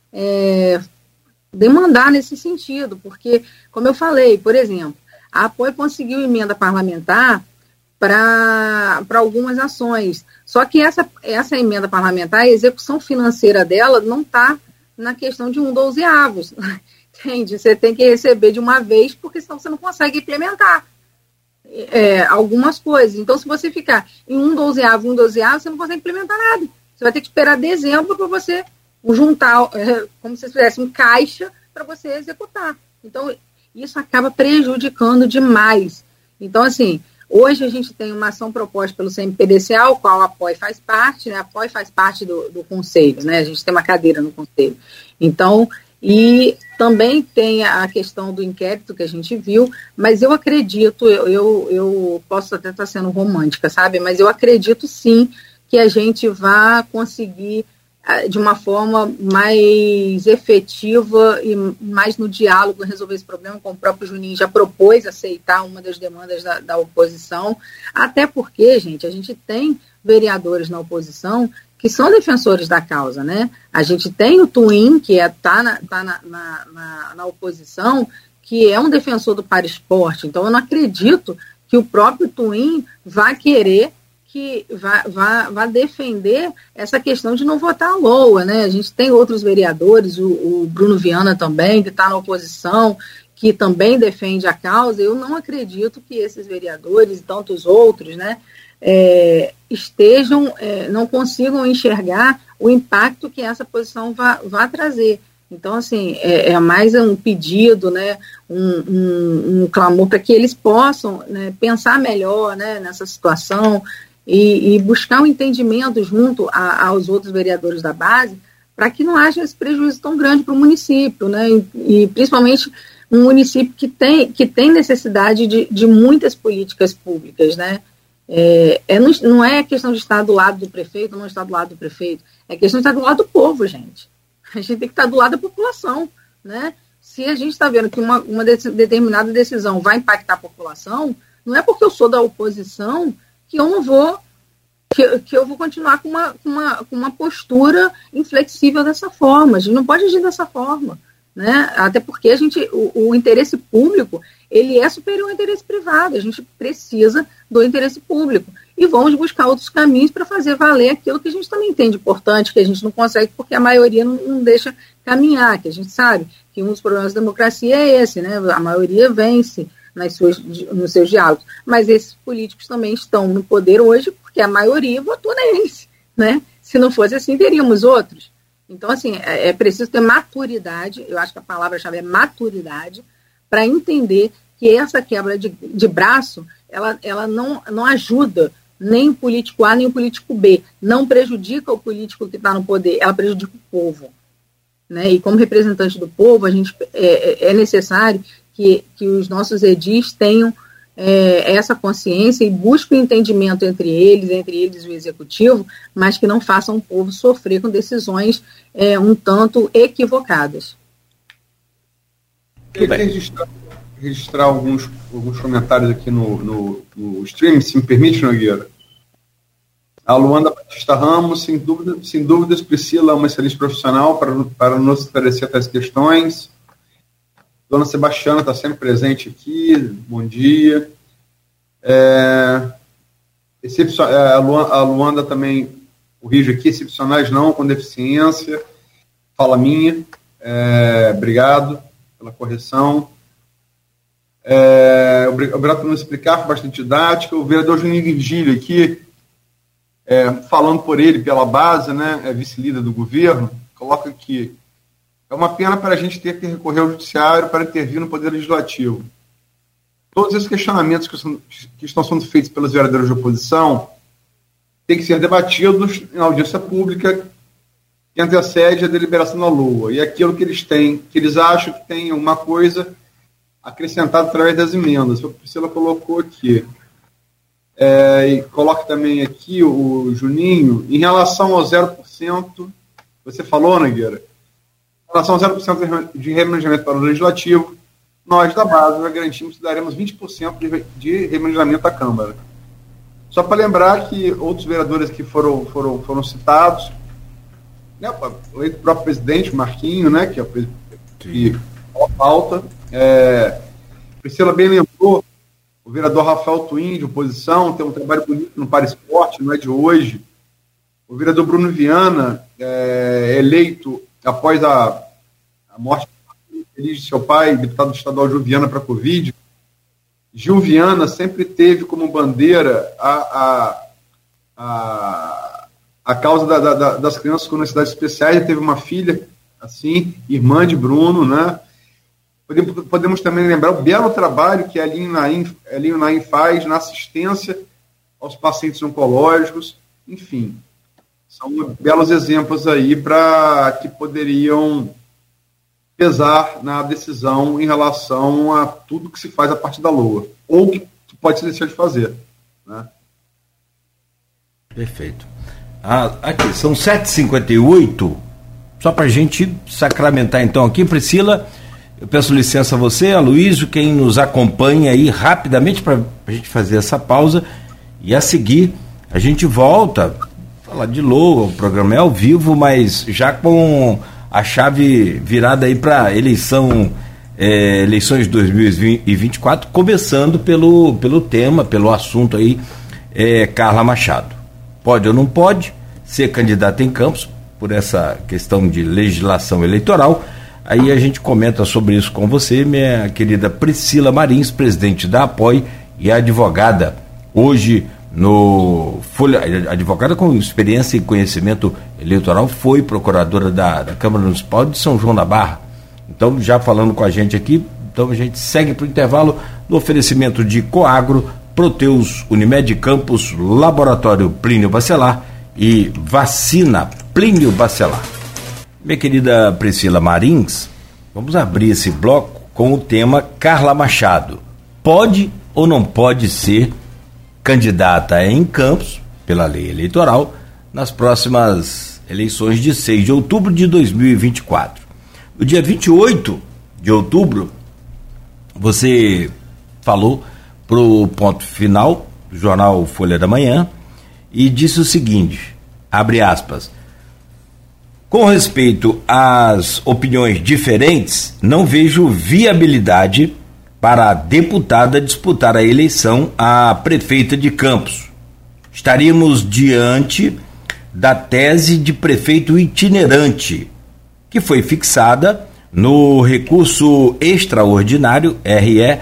demandar nesse sentido, porque, como eu falei, por exemplo, a APOI conseguiu emenda parlamentar para algumas ações. Só que essa emenda parlamentar, a execução financeira dela não está na questão de 1/12. Entende? Você tem que receber de uma vez, porque senão você não consegue implementar algumas coisas. Então, se você ficar em 1/12, você não consegue implementar nada. Você vai ter que esperar dezembro para você juntar, como se fizesse um caixa para você executar. Então, isso acaba prejudicando demais. Então, assim, hoje a gente tem uma ação proposta pelo CMPDCA, o qual a APOI faz parte, né? A APOI faz parte do conselho, né? A gente tem uma cadeira no conselho. Então, e também tem a questão do inquérito que a gente viu, mas eu acredito, eu posso até estar sendo romântica, sabe? Mas eu acredito sim que a gente vai conseguir, de uma forma mais efetiva e mais no diálogo, resolver esse problema, como o próprio Juninho já propôs aceitar uma das demandas da oposição, até porque, gente, a gente tem vereadores na oposição que são defensores da causa, né? A gente tem o Twin, que está na oposição, que é um defensor do paraesporte, então eu não acredito que o próprio Twin vai querer que vai defender essa questão de não votar a LOA, né? A gente tem outros vereadores, o Bruno Viana também, que está na oposição, que também defende a causa. Eu não acredito que esses vereadores e tantos outros, né, não consigam enxergar o impacto que essa posição vai trazer. Então, assim, é mais um pedido, né, um clamor para que eles possam, né, pensar melhor, né, nessa situação, e buscar um entendimento junto aos outros vereadores da base, para que não haja esse prejuízo tão grande para o município, né? E principalmente um município que tem necessidade de muitas políticas públicas, né? Não é questão de estar do lado do prefeito ou não estar do lado do prefeito, é questão de estar do lado do povo, gente. A gente tem que estar do lado da população, né? Se a gente está vendo que uma determinada decisão vai impactar a população, não é porque eu sou da oposição que eu não vou, que eu vou continuar com uma postura inflexível dessa forma. A gente não pode agir dessa forma, né? Até porque o interesse público, ele é superior ao interesse privado. A gente precisa do interesse público. E vamos buscar outros caminhos para fazer valer aquilo que a gente também entende importante, que a gente não consegue porque a maioria não deixa caminhar, que a gente sabe que um dos problemas da democracia é esse, né? A maioria vence nos seus diálogos, mas esses políticos também estão no poder hoje porque a maioria votou neles, né? Se não fosse assim, teríamos outros. Então, assim, é preciso ter maturidade, eu acho que a palavra-chave é maturidade, para entender que essa quebra de braço, ela não ajuda nem o político A nem o político B, não prejudica o político que está no poder, ela prejudica o povo. né? E como representante do povo, a gente é necessário que os nossos edis tenham essa consciência e busquem entendimento entre eles e o executivo, mas que não façam o povo sofrer com decisões um tanto equivocadas. Eu queria registrar alguns comentários aqui no stream, se me permite, Nogueira. A Luanda Batista Ramos, sem dúvidas, Priscila é uma excelente profissional para nos esclarecer essas questões. Dona Sebastiana está sempre presente aqui, bom dia. A Luanda também corrige aqui, excepcionais não, com deficiência, fala minha, obrigado pela correção. Obrigado por nos explicar, foi bastante didático. O vereador Juninho Virgílio aqui, falando por ele, pela base, né, vice-líder do governo, coloca aqui: é uma pena para a gente ter que recorrer ao judiciário para intervir no Poder Legislativo. Todos esses questionamentos que estão sendo feitos pelos vereadores de oposição têm que ser debatidos em audiência pública que antecede a deliberação da LOA. E aquilo que eles acham que tem alguma coisa acrescentada através das emendas. A Priscila colocou aqui. E coloca também aqui o Juninho, em relação ao 0%, você falou, Nogueira, em relação ao 0% de remanejamento para o Legislativo, nós, da base, já garantimos que daremos 20% de remanejamento à Câmara. Só para lembrar que outros vereadores que foram citados, né, o próprio presidente, o Marquinho, né, que a pauta, Priscila bem lembrou, o vereador Rafael Twin, de oposição, tem um trabalho bonito no Paraesporte, não é de hoje. O vereador Bruno Viana, eleito após a morte de seu pai, deputado estadual Gil Viana para a Covid. Gil Viana sempre teve como bandeira a causa das crianças com necessidades especiais. Ele teve uma filha, assim, irmã de Bruno, né? Podemos também lembrar o belo trabalho que a Elinho Naim faz na assistência aos pacientes oncológicos. Enfim, são belos exemplos aí que poderiam pesar na decisão em relação a tudo que se faz a partir da LOA, ou que pode se deixar de fazer, né? Perfeito. Aqui, são 7h58, só para a gente sacramentar então aqui, Priscila, eu peço licença a você, a Luísio, quem nos acompanha aí rapidamente para a gente fazer essa pausa, e a seguir a gente volta a falar de LOA, o programa é ao vivo, mas já com a chave virada aí para eleições de 2024, começando pelo tema, pelo assunto aí, Carla Machado. Pode ou não pode ser candidata em Campos por essa questão de legislação eleitoral? Aí a gente comenta sobre isso com você, minha querida Priscila Marins, presidente da APOI e advogada, hoje no Folha, advogada com experiência e conhecimento eleitoral, foi procuradora da Câmara Municipal de São João da Barra. Então, já falando com a gente aqui, então a gente segue para o intervalo no oferecimento de Coagro, Proteus, Unimed Campos, Laboratório Plínio Bacelar e Vacina Plínio Bacelar. Minha querida Priscila Marins, vamos abrir esse bloco com o tema Carla Machado. Pode ou não pode ser candidata em Campos, pela lei eleitoral, nas próximas eleições de 6 de outubro de 2024. No dia 28 de outubro, você falou para o Ponto Final, do jornal Folha da Manhã, e disse o seguinte, abre aspas: com respeito às opiniões diferentes, não vejo viabilidade para a deputada disputar a eleição à prefeita de Campos. Estaríamos diante da tese de prefeito itinerante, que foi fixada no recurso extraordinário RE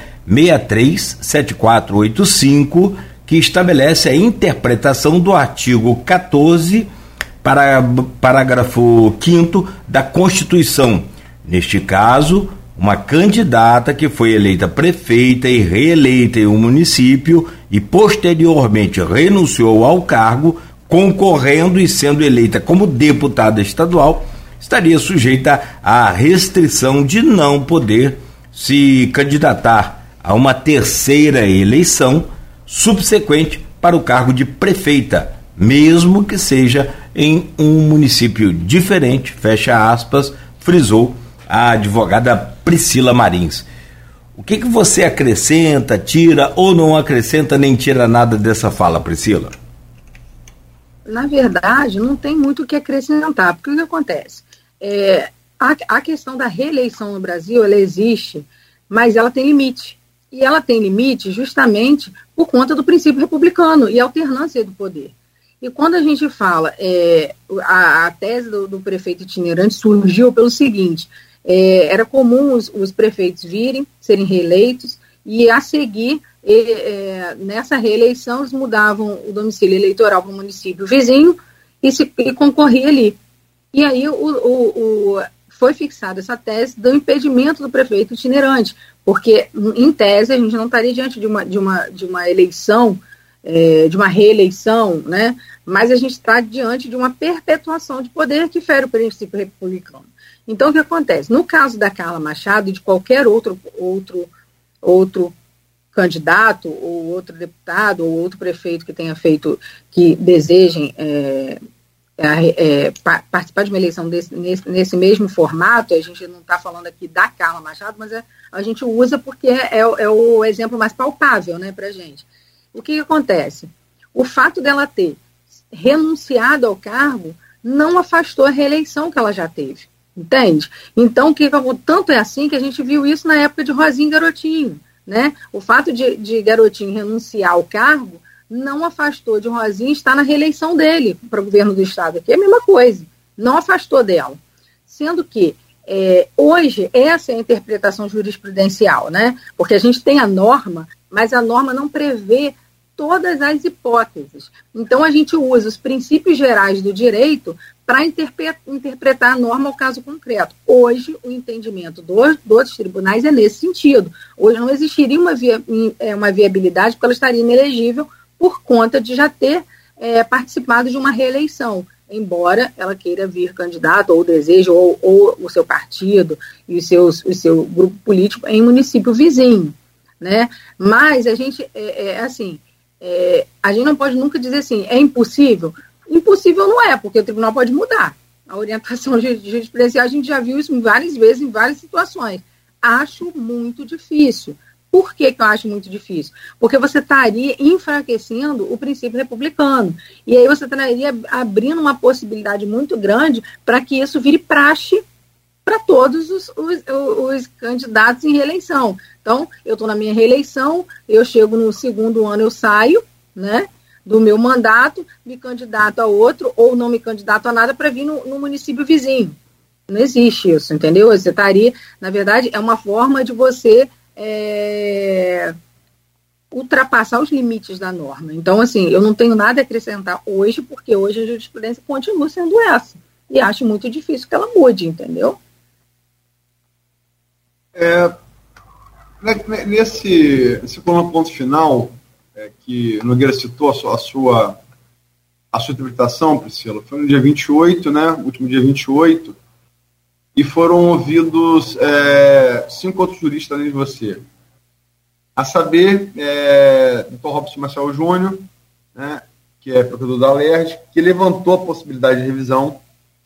637485, que estabelece a interpretação do artigo 14, parágrafo 5º da Constituição. Neste caso, uma candidata que foi eleita prefeita e reeleita em um município e posteriormente renunciou ao cargo, concorrendo e sendo eleita como deputada estadual, estaria sujeita à restrição de não poder se candidatar a uma terceira eleição subsequente para o cargo de prefeita, mesmo que seja em um município diferente, fecha aspas, frisou a advogada Priscila Marins. O que você acrescenta, tira ou não acrescenta nem tira nada dessa fala, Priscila? Na verdade, não tem muito o que acrescentar, porque o que acontece? A questão da reeleição no Brasil, ela existe, mas ela tem limite. E ela tem limite justamente por conta do princípio republicano e alternância do poder. E quando a gente fala, a tese do prefeito itinerante surgiu pelo seguinte: era comum os prefeitos virem, serem reeleitos, e a seguir, nessa reeleição, eles mudavam o domicílio eleitoral para o município vizinho e concorria ali. E aí foi fixada essa tese do impedimento do prefeito itinerante, porque, em tese, a gente não estaria diante de uma eleição, de uma reeleição, né? Mas a gente está diante de uma perpetuação de poder que fere o princípio republicano. Então, o que acontece? No caso da Carla Machado e de qualquer outro candidato, ou outro deputado, ou outro prefeito que tenha feito, que desejem participar de uma eleição nesse mesmo formato, a gente não está falando aqui da Carla Machado, mas a gente usa porque é o exemplo mais palpável, né, para a gente. O que acontece? O fato dela ter renunciado ao cargo não afastou a reeleição que ela já teve. Entende? Então, tanto é assim que a gente viu isso na época de Rosinha e Garotinho, né? O fato de Garotinho renunciar ao cargo não afastou de Rosinha estar na reeleição dele para o governo do estado, que é a mesma coisa, não afastou dela. Sendo que, hoje, essa é a interpretação jurisprudencial, né? Porque a gente tem a norma, mas a norma não prevê todas as hipóteses. Então, a gente usa os princípios gerais do direito para interpretar a norma ao caso concreto. Hoje, o entendimento dos tribunais é nesse sentido. Hoje não existiria uma viabilidade, porque ela estaria inelegível por conta de já ter participado de uma reeleição, embora ela queira vir candidata, ou deseje, ou o seu partido e o seu grupo político em município vizinho, né? Mas a gente, a gente não pode nunca dizer assim, é impossível. Impossível não é, porque o tribunal pode mudar. A orientação jurisprudencial, a gente já viu isso várias vezes, em várias situações. Acho muito difícil. Por que eu acho muito difícil? Porque você estaria enfraquecendo o princípio republicano. E aí você estaria abrindo uma possibilidade muito grande para que isso vire praxe para todos os candidatos em reeleição. Então, eu estou na minha reeleição, eu chego no segundo ano, eu saio, né, do meu mandato, me candidato a outro, ou não me candidato a nada para vir no município vizinho. Não existe isso, entendeu? Você estaria, na verdade, é uma forma de você ultrapassar os limites da norma. Então, assim, eu não tenho nada a acrescentar hoje, porque hoje a jurisprudência continua sendo essa. E acho muito difícil que ela mude, entendeu? Nesse ponto final, que Nogueira citou a sua interpretação, Priscila, foi no dia 28, né, último dia 28, e foram ouvidos 5 outros juristas além de você. A saber, Dr. Robson Marcelo Júnior, né, que é procurador da Alerj, que levantou a possibilidade de revisão.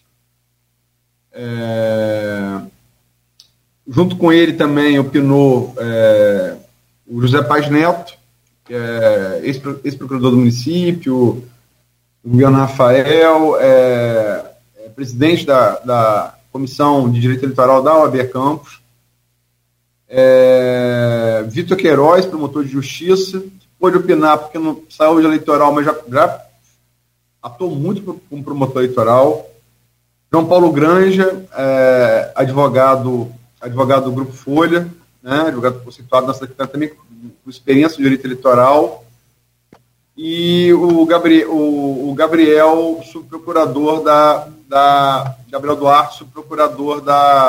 Junto com ele também opinou o José Paz Neto, que é ex-procurador do município, o Guilherme Rafael, presidente da Comissão de Direito Eleitoral da OAB Campos, Vitor Queiroz, promotor de justiça, que pôde opinar porque não saiu de eleitoral, mas já atuou muito como promotor eleitoral, João Paulo Granja, advogado do Grupo Folha, né, advogado conceituado na secretaria também com experiência de direito eleitoral, e o Gabriel, subprocurador Gabriel Duarte, subprocurador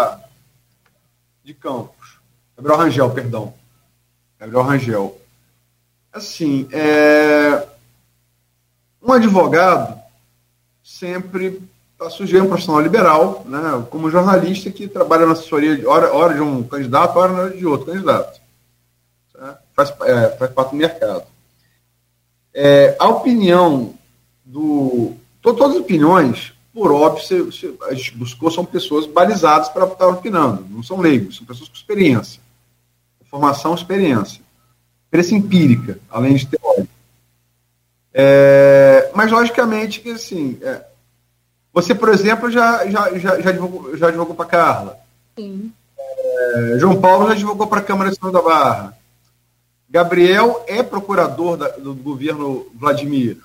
de Campos. Gabriel Rangel, perdão. Gabriel Rangel. Assim, um advogado sempre está sujeito a um profissional liberal, né, como jornalista que trabalha na assessoria, hora de um candidato, hora de outro candidato. Tá? Faz parte do mercado. A opinião todas as opiniões, por óbvio, a gente buscou, são pessoas balizadas para estar opinando, não são leigos, são pessoas com experiência. Formação, experiência empírica, além de teórica. Mas, logicamente, que assim, você, por exemplo, já advogou para Carla. Sim. João Paulo já advogou para a Câmara de São da Barra. Gabriel é procurador do governo Vladimir.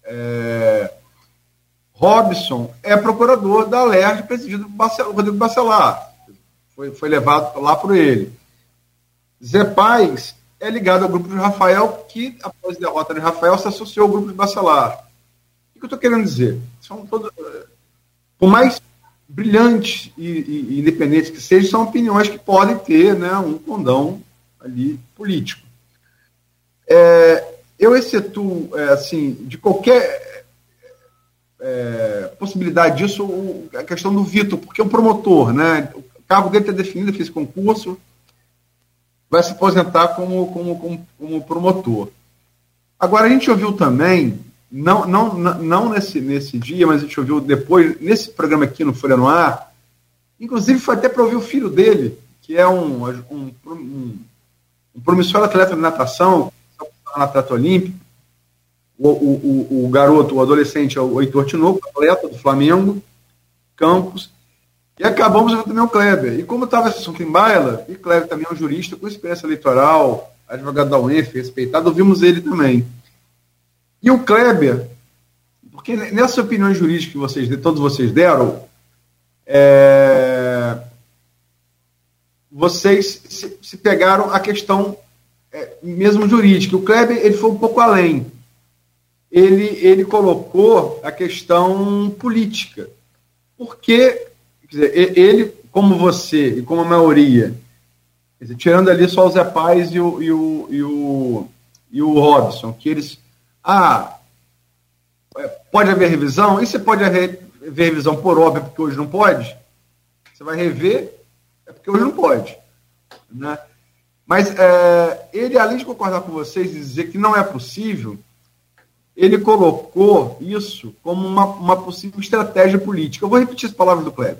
Robson é procurador da LERJ, presidido por Rodrigo Bacelar. Foi levado lá por ele. Zé Paz é ligado ao grupo de Rafael, que, após a derrota de Rafael, se associou ao grupo de Bacelar. O que eu estou querendo dizer? São todos, por mais brilhantes e independentes que sejam, são opiniões que podem ter, né, um condão ali político. Eu excetuo, assim, de qualquer possibilidade disso, a questão do Vitor, porque é um promotor, né? O cargo dele está definido, fez concurso, vai se aposentar como promotor. Agora, a gente ouviu também, não nesse dia, mas a gente ouviu depois, nesse programa aqui no Folha no Ar, inclusive foi até para ouvir o filho dele, que é um promissor atleta de natação, na atleta olímpico, o garoto, o adolescente, é o Heitor Tinoco, atleta do Flamengo, Campos, e acabamos vendo também o Kleber. E como estava esse assunto em baila, e Kleber também é um jurista com experiência eleitoral, advogado da UENF, respeitado, ouvimos ele também. E o Kleber, porque nessas opiniões jurídicas que todos vocês deram, vocês se pegaram a questão mesmo jurídica. O Kleber, ele foi um pouco além. Ele colocou a questão política. Porque, quer dizer, ele, como você e como a maioria, quer dizer, tirando ali só o Zé Paz e o Robson, que eles... pode haver revisão? E você pode haver revisão por óbvio, porque hoje não pode? Você vai rever, é porque hoje não pode. Né? Mas ele, além de concordar com vocês e dizer que não é possível, ele colocou isso como uma possível estratégia política. Eu vou repetir as palavras do Kleber.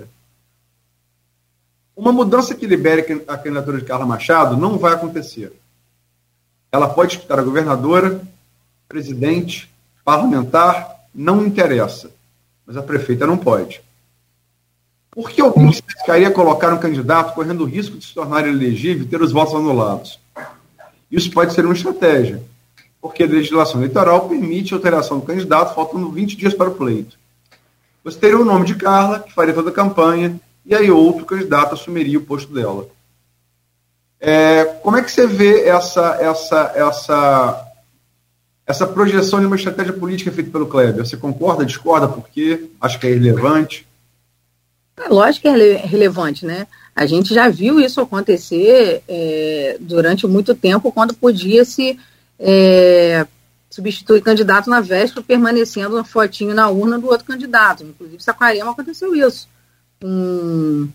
Uma mudança que libere a candidatura de Carla Machado não vai acontecer. Ela pode disputar a governadora, presidente, parlamentar, não interessa. Mas a prefeita não pode. Por que alguém se arriscaria a colocar um candidato correndo o risco de se tornar elegível e ter os votos anulados? Isso pode ser uma estratégia, porque a legislação eleitoral permite a alteração do candidato faltando 20 dias para o pleito. Você teria o nome de Carla, que faria toda a campanha, e aí outro candidato assumiria o posto dela. Como é que você vê essa projeção de uma estratégia política feita pelo Kleber? Você concorda, discorda, por quê? Acha que é irrelevante? Lógico que é relevante, né? A gente já viu isso acontecer durante muito tempo, quando podia se substituir candidato na véspera, permanecendo uma fotinho na urna do outro candidato. Inclusive, em Saquarema aconteceu isso. Com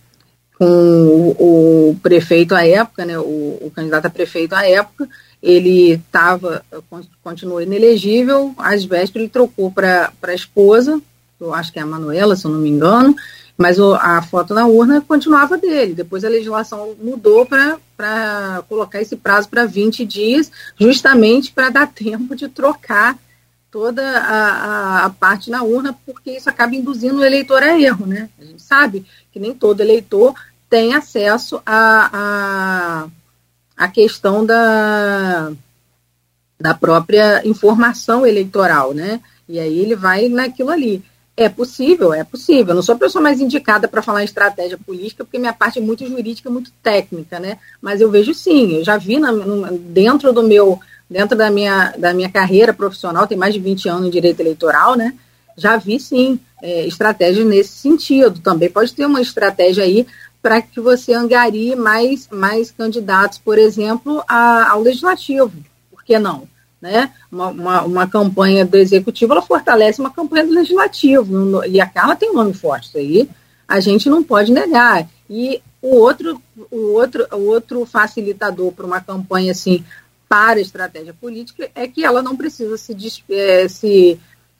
o prefeito à época, né? O candidato a prefeito à época, ele continuou inelegível, às vésperas ele trocou para a esposa, eu acho que é a Manuela, se eu não me engano, mas a foto na urna continuava dele. Depois a legislação mudou para colocar esse prazo para 20 dias, justamente para dar tempo de trocar toda a parte na urna, porque isso acaba induzindo o eleitor a erro, né? A gente sabe que nem todo eleitor tem acesso à questão da própria informação eleitoral, né? E aí ele vai naquilo ali. É possível. Eu não sou a pessoa mais indicada para falar em estratégia política, porque minha parte é muito jurídica, muito técnica, né? Mas eu vejo sim, eu já vi dentro da minha carreira profissional, tem mais de 20 anos em direito eleitoral, né? Já vi sim estratégias nesse sentido. Também pode ter uma estratégia aí para que você angarie mais candidatos, por exemplo, ao legislativo. Por que não? né? Uma campanha do executivo, ela fortalece uma campanha do legislativo, e a Carla tem um nome forte, isso aí a gente não pode negar. E o outro facilitador para uma campanha assim, para a estratégia política, é que ela não precisa se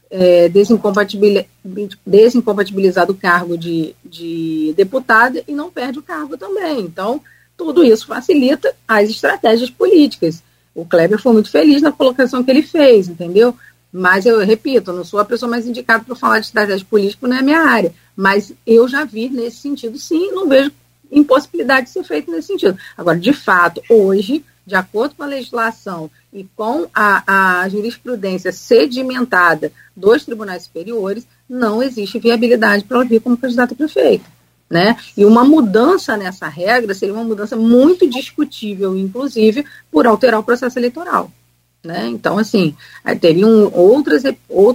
desincompatibilizar do cargo de deputada e não perde o cargo também. Então, tudo isso facilita as estratégias políticas. O Kleber foi muito feliz na colocação que ele fez, entendeu? Mas eu repito, eu não sou a pessoa mais indicada para falar de estratégia política, não é a minha área. Mas eu já vi nesse sentido, sim, não vejo impossibilidade de ser feito nesse sentido. Agora, de fato, hoje, de acordo com a legislação e com a jurisprudência sedimentada dos tribunais superiores, não existe viabilidade para ela vir como candidata a prefeito, né? E uma mudança nessa regra seria uma mudança muito discutível, inclusive, por alterar o processo eleitoral, né? Então, assim, teriam outras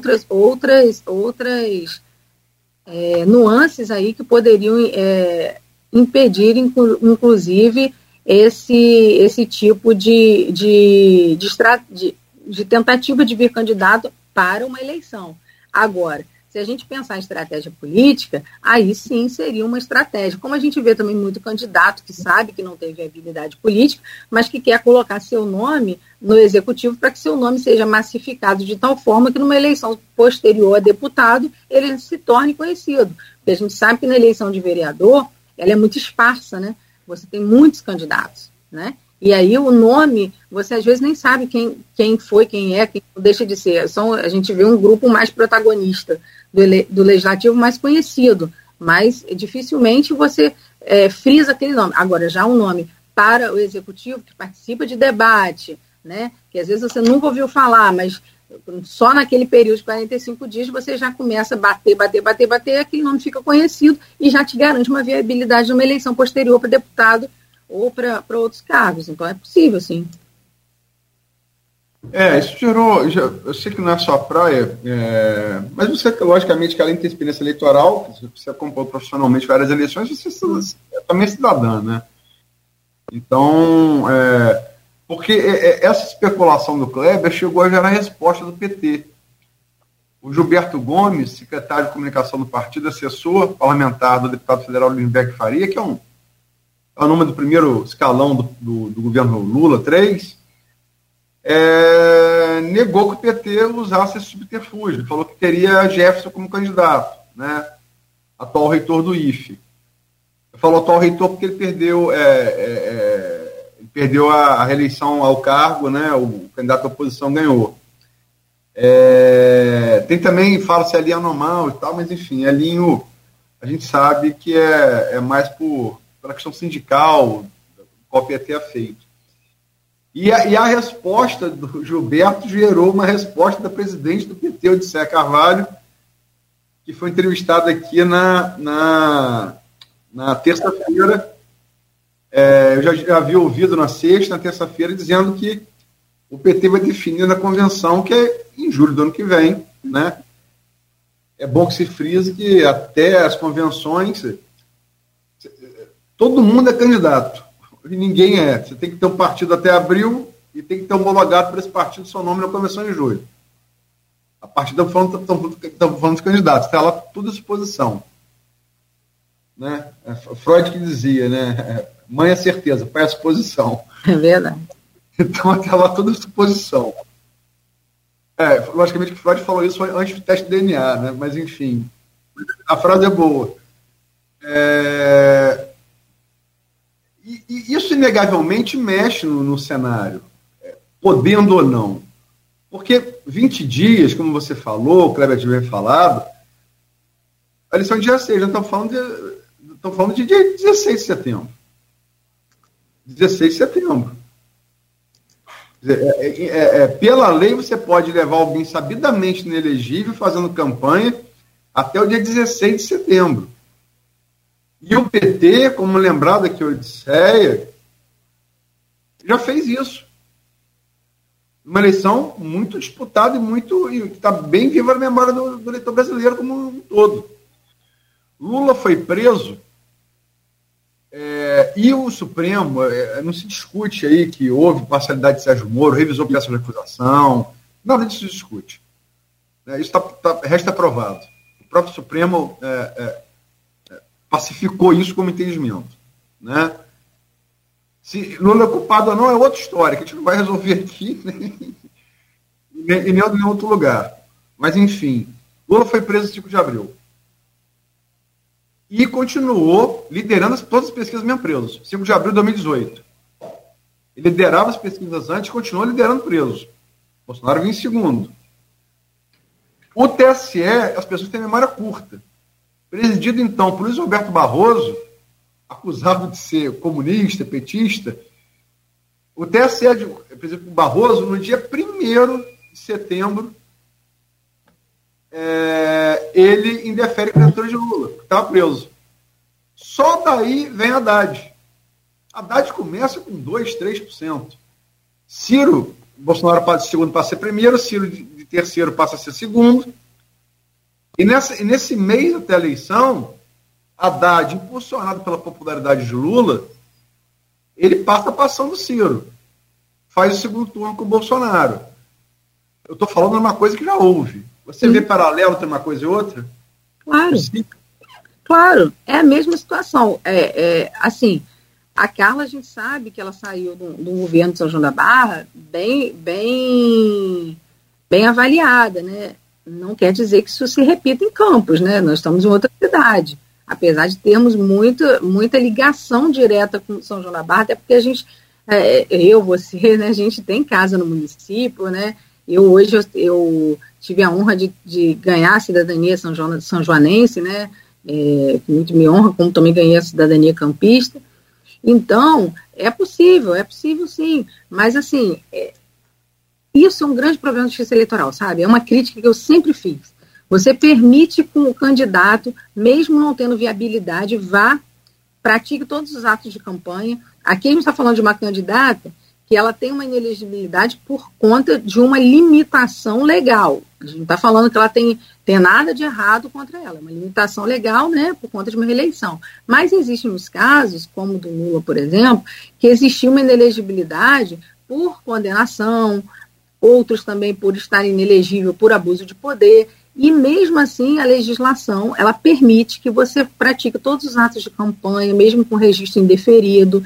nuances aí que poderiam impedir, inclusive, esse tipo de tentativa de vir candidato para uma eleição. Agora, se a gente pensar em estratégia política, aí sim seria uma estratégia. Como a gente vê também muito candidato que sabe que não tem viabilidade política, mas que quer colocar seu nome no executivo para que seu nome seja massificado de tal forma que numa eleição posterior a deputado ele se torne conhecido. Porque a gente sabe que na eleição de vereador ela é muito esparsa, né? Você tem muitos candidatos, né? E aí o nome, você às vezes nem sabe quem foi, quem é, quem deixa de ser. A gente vê um grupo mais protagonista do legislativo mais conhecido, mas dificilmente você frisa aquele nome. Agora, já um nome para o executivo que participa de debate, né? Que às vezes você nunca ouviu falar, mas só naquele período de 45 dias você já começa a bater, aquele nome fica conhecido e já te garante uma viabilidade numa eleição posterior para deputado ou para outros cargos. Então é possível, sim. Isso gerou, eu sei que não é só a praia, mas você, logicamente, que além de ter experiência eleitoral, você acompanhou profissionalmente várias eleições, você também é cidadã, né? Então, porque essa especulação do Kleber chegou a gerar resposta do PT. O Gilberto Gomes, secretário de comunicação do partido, assessor parlamentar do deputado federal Lindenberg Faria, que é o nome do primeiro escalão do governo Lula 3, negou que o PT usasse esse subterfúgio. Falou que queria Jefferson como candidato, né? Atual reitor do IFE. Falou atual reitor porque ele perdeu a reeleição ao cargo, né? O candidato da oposição ganhou. Tem também, fala-se ali anormal e tal, mas enfim, Elinho, a gente sabe que é mais pela questão sindical, qual o PT é feito. E a resposta do Gilberto gerou uma resposta da presidente do PT, Odisseia Carvalho, que foi entrevistada aqui na terça-feira. Eu já havia ouvido na sexta, na terça-feira, dizendo que o PT vai definir na convenção, que é em julho do ano que vem, né? É bom que se frise que até as convenções todo mundo é candidato. E ninguém é. Você tem que ter um partido até abril e tem que ter homologado para esse partido seu nome na convenção em julho. A partir da estamos falando de candidatos. Está lá tudo à disposição. Né? Freud que dizia, né? Mãe é certeza, pai é suposição. É verdade. Então está lá tudo à disposição. Logicamente que Freud falou isso antes do teste de DNA, né? Mas enfim, a frase é boa. E isso, inegavelmente, mexe no cenário, podendo ou não. Porque 20 dias, como você falou, o Kleber tiver falado, a eleição é dia 6, já estamos falando de dia 16 de setembro. 16 de setembro. Pela lei, você pode levar alguém sabidamente inelegível fazendo campanha até o dia 16 de setembro. E o PT, como lembrado aqui, Odisseia, já fez isso. Uma eleição muito disputada e que está bem viva na memória do eleitor brasileiro como um todo. Lula foi preso E o Supremo, não se discute aí que houve parcialidade de Sérgio Moro, revisou peça de acusação, nada disso se discute. Isso resta provado. O próprio Supremo pacificou isso como entendimento. Né? Se Lula é culpado ou não é outra história, que a gente não vai resolver aqui e nem em outro lugar. Mas, enfim, Lula foi preso no 5 de abril. E continuou liderando todas as pesquisas mesmo presos. 5 de abril de 2018. Ele liderava as pesquisas antes e continuou liderando presos. Bolsonaro vinha em segundo. O TSE, as pessoas têm memória curta. Presidido, então, por Luiz Roberto Barroso, acusado de ser comunista, petista, o TSE, presidido por Barroso, no dia 1º de setembro, ele indefere a candidatura de Lula, que estava preso. Só daí vem Haddad. Haddad começa com 2%, 3%. Ciro, Bolsonaro passa de segundo para ser primeiro, Ciro de terceiro passa a ser segundo. E nesse mês até a eleição, Haddad, impulsionado pela popularidade de Lula, ele passa passando o Ciro. Faz o segundo turno com o Bolsonaro. Eu estou falando de uma coisa que já houve. Você vê paralelo entre uma coisa e outra? Claro. Claro, é a mesma situação. Assim, a Carla, a gente sabe que ela saiu do governo de São João da Barra bem avaliada, né? Não quer dizer que isso se repita em Campos, né? Nós estamos em outra cidade. Apesar de termos muita ligação direta com São João da Barra, até porque a gente, você, né, a gente tem casa no município, né? Hoje eu tive a honra de ganhar a cidadania são joanense, né? Que muito me honra, como também ganhei a cidadania campista. Então, é possível sim. Mas, assim, isso é um grande problema da justiça eleitoral, sabe? É uma crítica que eu sempre fiz. Você permite que o candidato, mesmo não tendo viabilidade, pratique todos os atos de campanha. Aqui a gente está falando de uma candidata que ela tem uma inelegibilidade por conta de uma limitação legal. A gente não está falando que ela tem nada de errado contra ela, é uma limitação legal, né, por conta de uma reeleição. Mas existem os casos, como o do Lula, por exemplo, que existiu uma inelegibilidade por condenação, outros também por estar inelegível por abuso de poder, e mesmo assim a legislação, ela permite que você pratique todos os atos de campanha, mesmo com registro indeferido,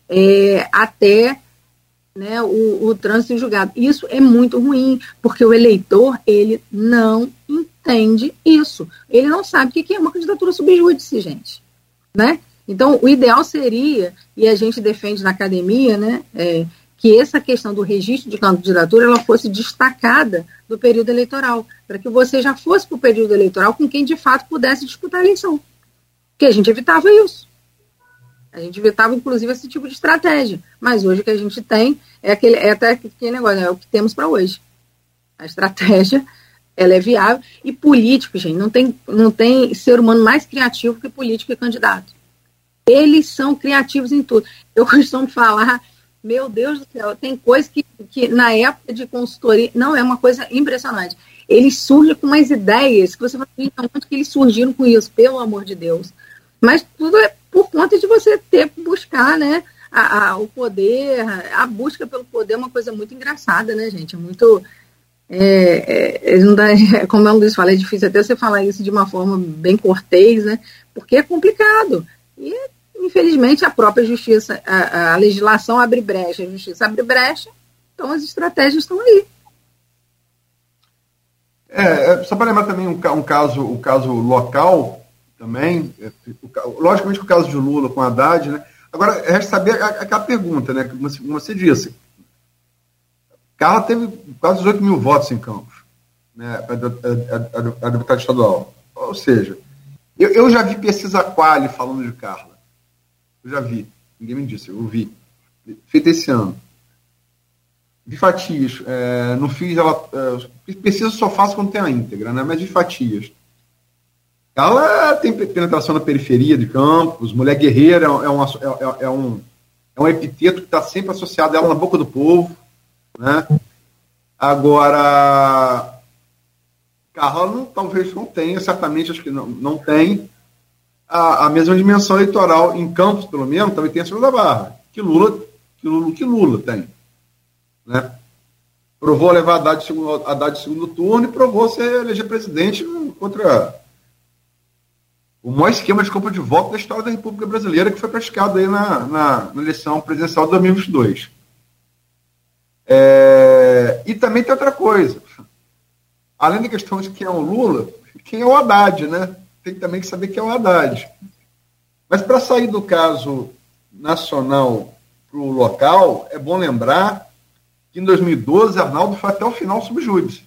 até, né, o trânsito em julgado. Isso é muito ruim, porque o eleitor, ele não entende isso. Ele não sabe o que é uma candidatura subjúdice, gente. Né? Então, o ideal seria, e a gente defende na academia, né, que essa questão do registro de candidatura ela fosse destacada do período eleitoral, para que você já fosse para o período eleitoral com quem de fato pudesse disputar a eleição. Porque a gente evitava isso. A gente evitava, inclusive, esse tipo de estratégia. Mas hoje o que a gente tem é até aquele negócio, é o que temos para hoje. A estratégia, ela é viável. E político, gente, não tem ser humano mais criativo que político e candidato. Eles são criativos em tudo. Eu costumo falar, meu Deus do céu, tem coisa que na época de consultoria, não, é uma coisa impressionante. Eles surgem com umas ideias que você fala, onde que eles surgiram com isso, pelo amor de Deus. Mas tudo é por conta de você buscar, né, o poder, a busca pelo poder é uma coisa muito engraçada, né, gente? É muito... não dá, como a Luiz fala, é difícil até você falar isso de uma forma bem cortês, né? Porque é complicado. E, infelizmente, a própria justiça, a legislação abre brecha, a justiça abre brecha, então as estratégias estão aí. Só para lembrar também um caso local também, logicamente o caso de Lula com Haddad, né? Agora, resta saber aquela pergunta, né? Como você disse, Carla teve quase 18 mil votos em Campos, né? A deputada estadual. Ou seja, eu já vi pesquisa Quali falando de Carla. Eu já vi. Ninguém me disse, eu vi. Feita esse ano. Vi fatias. Não fiz ela. Pesquisa só faço quando tem a íntegra, né? Mas vi fatias. Ela tem penetração na periferia de Campos, mulher guerreira é um epiteto que está sempre associado a ela na boca do povo, né? Agora, Carla talvez não tenha, certamente acho que não tem a mesma dimensão eleitoral em Campos, pelo menos, também tem a segunda barra, que Lula tem. Né? Provou levar Haddad de segundo turno e provou ser eleger presidente contra o maior esquema de compra de voto da história da República Brasileira, que foi praticado aí na eleição presidencial de 2022. E também tem outra coisa. Além da questão de quem é o Lula, quem é o Haddad, né? Tem também que saber quem é o Haddad. Mas para sair do caso nacional para o local, é bom lembrar que em 2012 Arnaldo foi até o final sub júdice.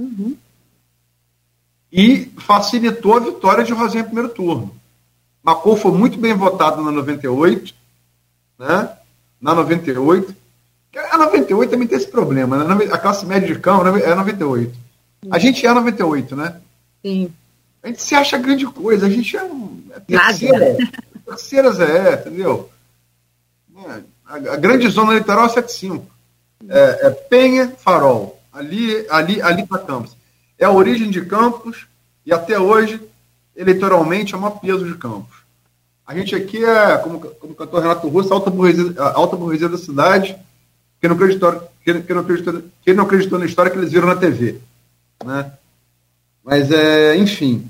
E facilitou a vitória de Rosinha em primeiro turno. Marcou foi muito bem votado na 98, né? Na 98. A 98 também tem esse problema, né? A classe média de Cão é 98. A gente é 98, né? Sim. A gente se acha grande coisa, a gente é terceira ZE, entendeu? A grande zona eleitoral é 75. Penha, Farol. Ali para Campos. É a origem de Campos e até hoje, eleitoralmente, é o maior peso de Campos. A gente aqui é, como cantor Renato Russo, a alta burguesia da cidade, que não acreditou na história que eles viram na TV. Né? Mas, enfim,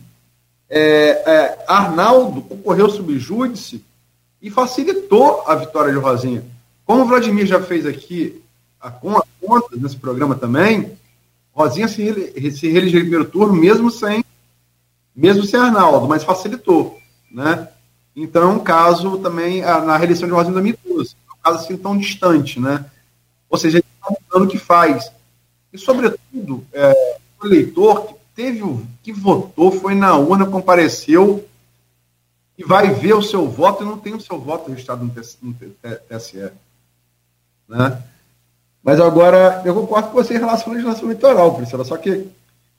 Arnaldo concorreu subjúdice e facilitou a vitória de Rosinha. Como o Vladimir já fez aqui com as contas nesse programa também, Rosinha se reelegeu em primeiro turno, mesmo sem Arnaldo, mas facilitou. Né? Então é um caso também, na reeleição de Rosinha em 2012, é um caso assim tão distante. Né? Ou seja, ele está mudando o que faz. E, sobretudo, o eleitor que votou, foi na urna, compareceu e vai ver o seu voto e não tem o seu voto registrado no TSE. Né? Mas agora, eu concordo com você em relação à legislação eleitoral, Priscila, só que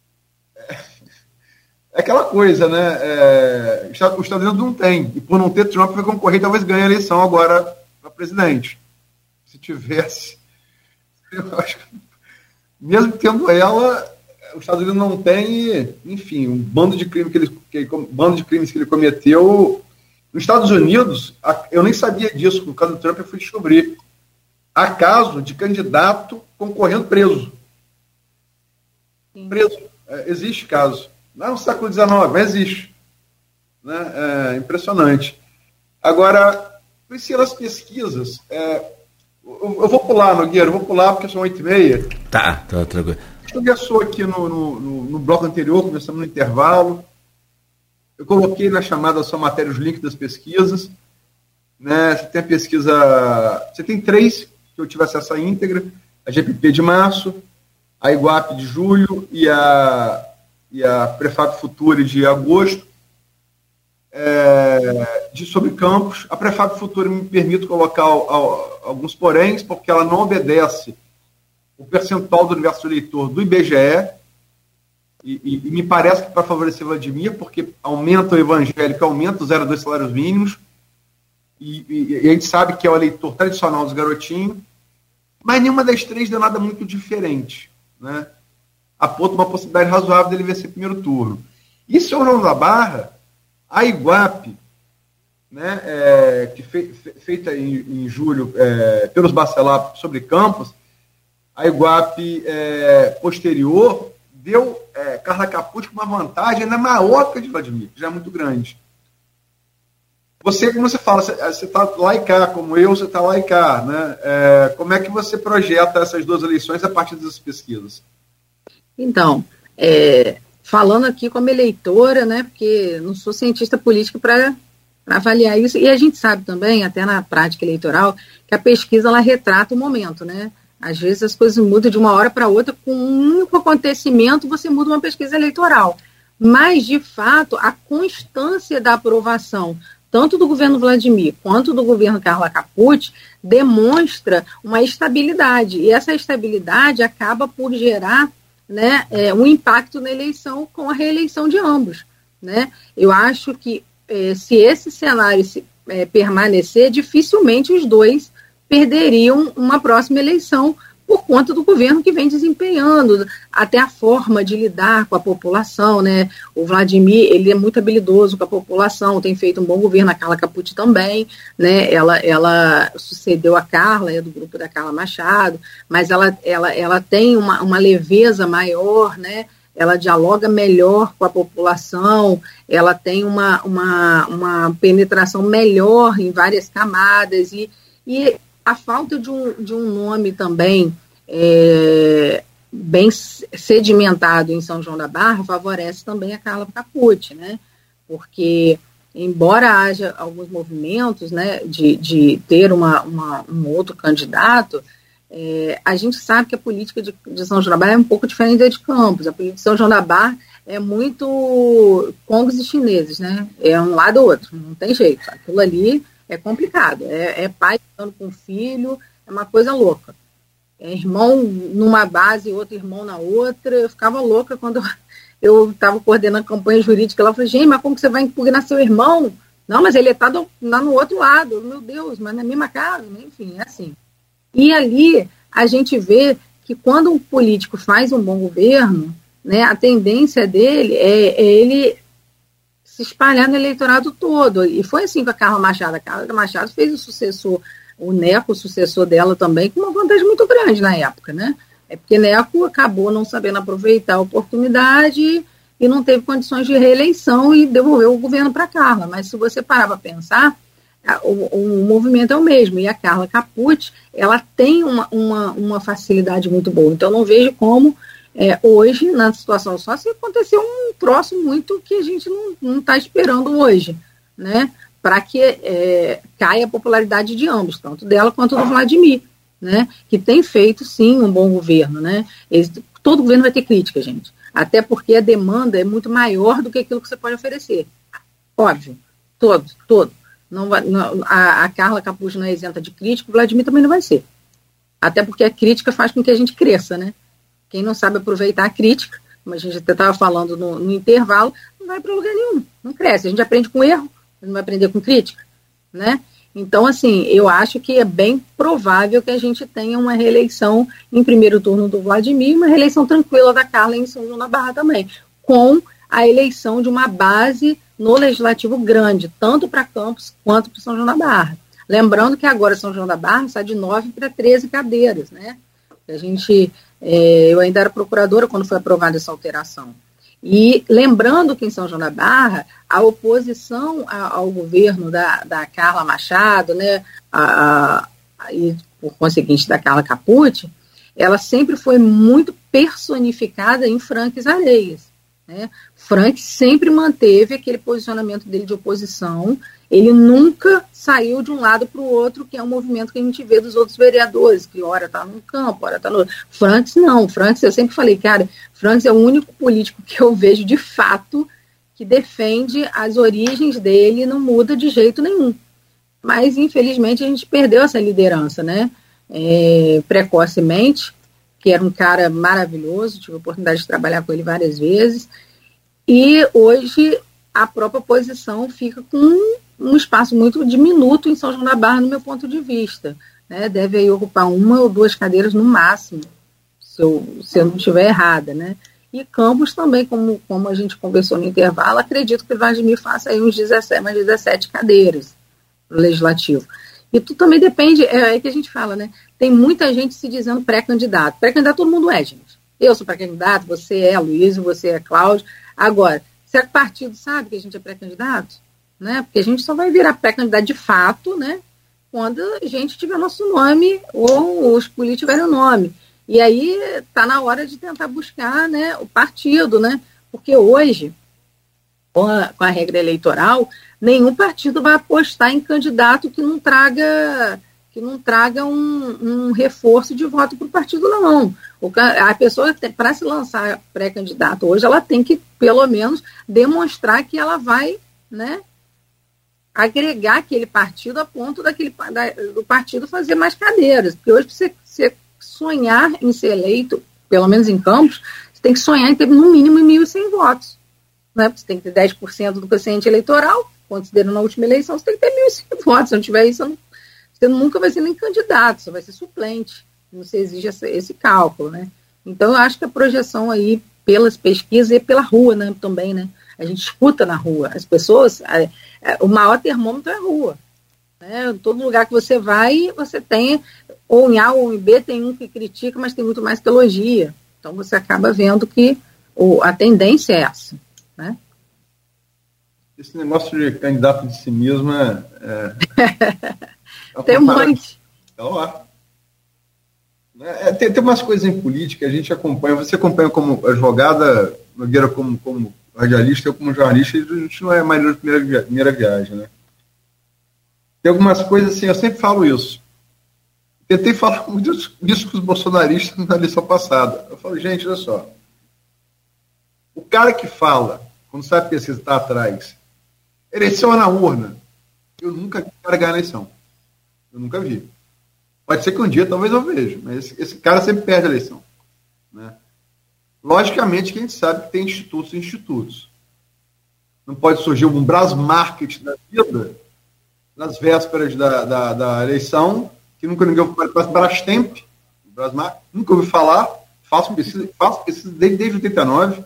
é aquela coisa, né? Os Estados Unidos não tem, e por não ter, Trump vai concorrer e talvez ganhe a eleição agora para presidente. Se tivesse, eu acho que, mesmo tendo ela, os Estados Unidos não tem, enfim, um bando de crimes que ele cometeu. Nos Estados Unidos, eu nem sabia disso, no caso do Trump eu fui descobrir. Há caso de candidato concorrendo preso. Sim. Preso. Existe caso. Não no século XIX, mas existe. Né? É impressionante. Agora, Priscila, as pesquisas... eu vou pular, Nogueira, porque são 8h30. Tá tranquilo. A gente conversou aqui no bloco anterior, conversamos no intervalo. Eu coloquei na chamada da sua matéria os links das pesquisas. Né? Você tem a pesquisa... Você tem 3... que eu tive acesso à íntegra, a GPP de março, a Iguape de julho e a Prefab Future de agosto, sobre Campos. A Prefab Future me permite colocar alguns poréns, porque ela não obedece o percentual do universo eleitor do IBGE, e me parece que para favorecer Vladimir, porque aumenta o evangélico, aumenta os 0,2 salários mínimos, e a gente sabe que é o eleitor tradicional dos garotinhos, mas nenhuma das 3 deu nada muito diferente, né? Aponta uma possibilidade razoável dele vencer primeiro turno. E São João da Barra, a Iguape, né, que feita em julho pelos Bacelar sobre Campos, a Iguape posterior deu Carla Capucci com uma vantagem ainda maior que a de Vladimir, que já é muito grande. Você, como você fala, você está lá e cá, como eu, você está lá e cá, né? Como é que você projeta essas 2 eleições a partir dessas pesquisas? Então, falando aqui como eleitora, né? Porque não sou cientista político para avaliar isso, e a gente sabe também, até na prática eleitoral, que a pesquisa ela retrata o momento, né? Às vezes as coisas mudam de uma hora para outra, com um único acontecimento você muda uma pesquisa eleitoral. Mas, de fato, a constância da aprovação tanto do governo Vladimir quanto do governo Carla Capucci, demonstra uma estabilidade. E essa estabilidade acaba por gerar, né, um impacto na eleição com a reeleição de ambos. Né? Eu acho que se esse cenário permanecer, dificilmente os dois perderiam uma próxima eleição por conta do governo que vem desempenhando, até a forma de lidar com a população, né? O Vladimir, ele é muito habilidoso com a população, tem feito um bom governo, a Carla Capucci também, né? Ela sucedeu a Carla, é do grupo da Carla Machado, mas ela tem uma leveza maior, né? Ela dialoga melhor com a população, ela tem uma penetração melhor em várias camadas, e a falta de um nome também bem sedimentado em São João da Barra favorece também a Carla Capucci, né? Porque, embora haja alguns movimentos, né, de ter um outro candidato, a gente sabe que a política de São João da Barra é um pouco diferente da de Campos. A política de São João da Barra é muito congos e chineses, né? É um lado ou outro, não tem jeito. Aquilo ali é complicado, é pai ficando com filho, é uma coisa louca. É irmão numa base e outro irmão na outra. Eu ficava louca quando eu estava coordenando a campanha jurídica. Ela falou, gente, mas como que você vai impugnar seu irmão? Não, mas ele está no outro lado. Meu Deus, mas na mesma casa, enfim, é assim. E ali a gente vê que quando um político faz um bom governo, né, a tendência dele é ele se espalhar no eleitorado todo. E foi assim com a Carla Machado. A Carla Machado fez o sucessor, o Neco, o sucessor dela também, com uma vantagem muito grande na época, né? É porque Neco acabou não sabendo aproveitar a oportunidade e não teve condições de reeleição e devolveu o governo para a Carla. Mas se você parar para pensar, o movimento é o mesmo. E a Carla Capucci, ela tem uma facilidade muito boa. Então, não vejo como hoje, na situação, só se aconteceu um troço muito que a gente não está esperando hoje, né? Para que caia a popularidade de ambos, tanto dela quanto do Vladimir, né? Que tem feito, sim, um bom governo, né? Todo governo vai ter crítica, gente. Até porque a demanda é muito maior do que aquilo que você pode oferecer. Óbvio, todo. A Carla Capucci não é isenta de crítica, o Vladimir também não vai ser. Até porque a crítica faz com que a gente cresça, né? Quem não sabe aproveitar a crítica, como a gente até estava falando no intervalo, não vai para lugar nenhum, não cresce. A gente aprende com erro, não vai aprender com crítica, né? Então, assim, eu acho que é bem provável que a gente tenha uma reeleição em primeiro turno do Vladimir, uma reeleição tranquila da Carla em São João da Barra também, com a eleição de uma base no Legislativo grande, tanto para Campos quanto para São João da Barra. Lembrando que agora São João da Barra está de 9 para 13 cadeiras, né? Eu ainda era procuradora quando foi aprovada essa alteração. E lembrando que em São João da Barra, a oposição ao governo da Carla Machado, né, e por conseguinte da Carla Capucci, ela sempre foi muito personificada em Franques Areias, né? Frank sempre manteve aquele posicionamento dele de oposição, ele nunca saiu de um lado para o outro, que é um movimento que a gente vê dos outros vereadores, que ora está num campo, ora está no outro. Franks não, Franks, eu sempre falei, cara, Franks é o único político que eu vejo de fato que defende as origens dele e não muda de jeito nenhum. Mas, infelizmente, a gente perdeu essa liderança, né? Precocemente, que era um cara maravilhoso, tive a oportunidade de trabalhar com ele várias vezes, e hoje a própria oposição fica com um espaço muito diminuto em São João da Barra, no meu ponto de vista, né? Deve aí ocupar 1 ou 2 cadeiras no máximo, se eu não estiver errada, né? E Campos também, como a gente conversou no intervalo, acredito que o Vladimir faça aí mais 17 cadeiras no Legislativo. E tudo também depende, é que a gente fala, né? Tem muita gente se dizendo pré-candidato. Pré-candidato todo mundo é, gente. Eu sou pré-candidato, você é Luísio, você é Cláudio. Agora, será que o partido sabe que a gente é pré-candidato? Né? Porque a gente só vai virar pré-candidato de fato, né, quando a gente tiver nosso nome ou os políticos tiverem o nome. E aí está na hora de tentar buscar, né, o partido, né? Porque hoje, com a regra eleitoral, nenhum partido vai apostar em candidato que não traga um reforço de voto para o partido, não. A pessoa, para se lançar pré-candidato hoje, ela tem que, pelo menos, demonstrar que ela vai, né, agregar aquele partido a ponto do partido fazer mais cadeiras. Porque hoje, para você sonhar em ser eleito, pelo menos em Campos, você tem que sonhar em ter no mínimo 1.100 votos. Né? Você tem que ter 10% do quociente eleitoral, considerando na última eleição, você tem que ter 1.100 votos. Se não tiver isso, você nunca vai ser nem candidato, você vai ser suplente. Você exige esse cálculo, né? Então, eu acho que a projeção aí, pelas pesquisas e pela rua, né, também, né? A gente escuta na rua. As pessoas, o maior termômetro é a rua. Né? Todo lugar que você vai, você tem, ou em A ou em B, tem um que critica, mas tem muito mais que elogia. Então, você acaba vendo que a tendência é essa, né? Esse negócio de candidato de si mesmo tem um monte. Tem umas coisas em política que a gente acompanha. Você acompanha como advogada, Nogueira como radialista, eu como jornalista, e a gente não é mais na primeira viagem, né? Tem algumas coisas assim, eu sempre falo isso. Tentei falar muito isso com os bolsonaristas na eleição passada. Eu falo, gente, olha só. O cara que fala, quando sai a pesquisa, está atrás, eleição é na urna. Eu nunca vi o cara ganhar a eleição. Eu nunca vi. Pode ser que um dia talvez eu veja, mas esse cara sempre perde a eleição. Né? Logicamente que a gente sabe que tem institutos. Não pode surgir um Brasmarket da vida nas vésperas da eleição, que nunca ninguém ouviu falar, Brastemp, Brasmarket, nunca ouvi falar, faço pesquisa desde 89,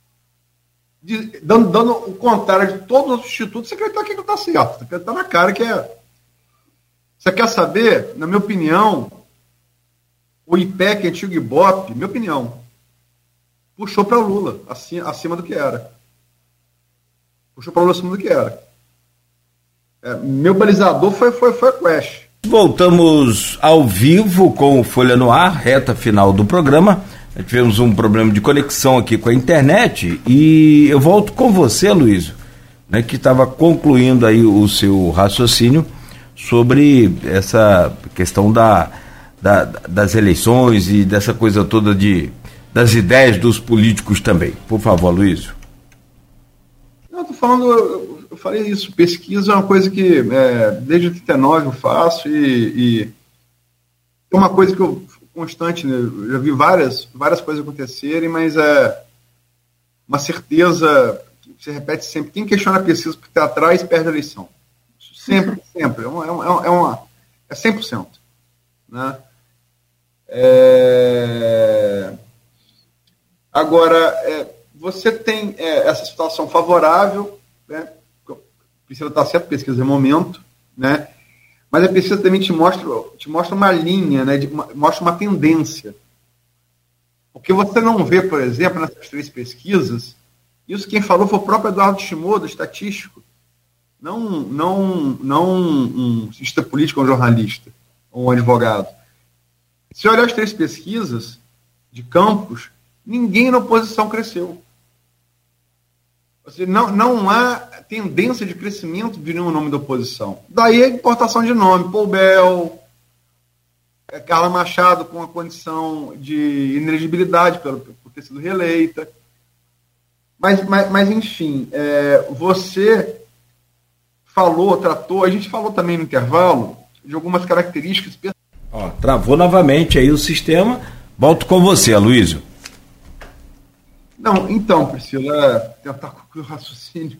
dando o contrário de todos os institutos. Você acredita que não está certo, você acredita na cara que é. Você quer saber, na minha opinião, o IPEC, antigo Ibope, minha opinião, puxou para o Lula, acima do que era. Puxou para o Lula acima do que era. Meu balizador foi a Quest. Voltamos ao vivo com o Folha no Ar, reta final do programa. Tivemos um problema de conexão aqui com a internet e eu volto com você, Luísio, né, que estava concluindo aí o seu raciocínio sobre essa questão das eleições e dessa coisa toda das ideias dos políticos também. Por favor, Luísio. Não, estou falando, eu falei isso, pesquisa é uma coisa que desde 89 eu faço e é uma coisa que eu constante, né? Eu já vi várias coisas acontecerem, mas é uma certeza que se repete sempre. Quem questiona a pesquisa porque está atrás perde a eleição. Sempre. É 100%. Né? Agora, você tem essa situação favorável, né? Precisa estar certo, pesquisa é momento, né? Mas a pesquisa também te mostra uma linha, né? Mostra uma tendência. Porque você não vê, por exemplo, nessas 3 pesquisas, isso quem falou foi o próprio Eduardo Shimoda, estatístico, não um cientista político, um jornalista, ou um advogado. Se olhar as 3 pesquisas de campos, ninguém na oposição cresceu. Ou seja, não há tendência de crescimento de nenhum nome da oposição. Daí a importação de nome, Paul Bell, Carla Machado com a condição de inelegibilidade por ter sido reeleita. Mas enfim, você tratou, a gente falou também no intervalo de algumas características. Travou novamente aí o sistema. Volto com você, Aloysio. Não, então, Priscila, tentar concluir o raciocínio.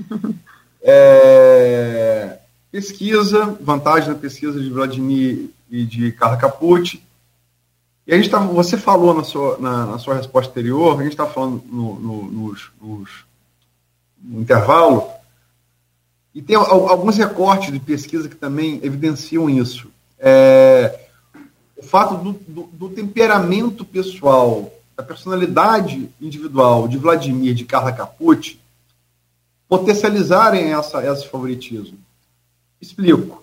Pesquisa, vantagem da pesquisa de Vladimir e de Carla Capucci. E a gente você falou na sua resposta anterior, a gente está falando no intervalo, e tem alguns recortes de pesquisa que também evidenciam isso. O fato do temperamento pessoal, da personalidade individual de Vladimir e de Carla Capucci potencializarem esse favoritismo. Explico.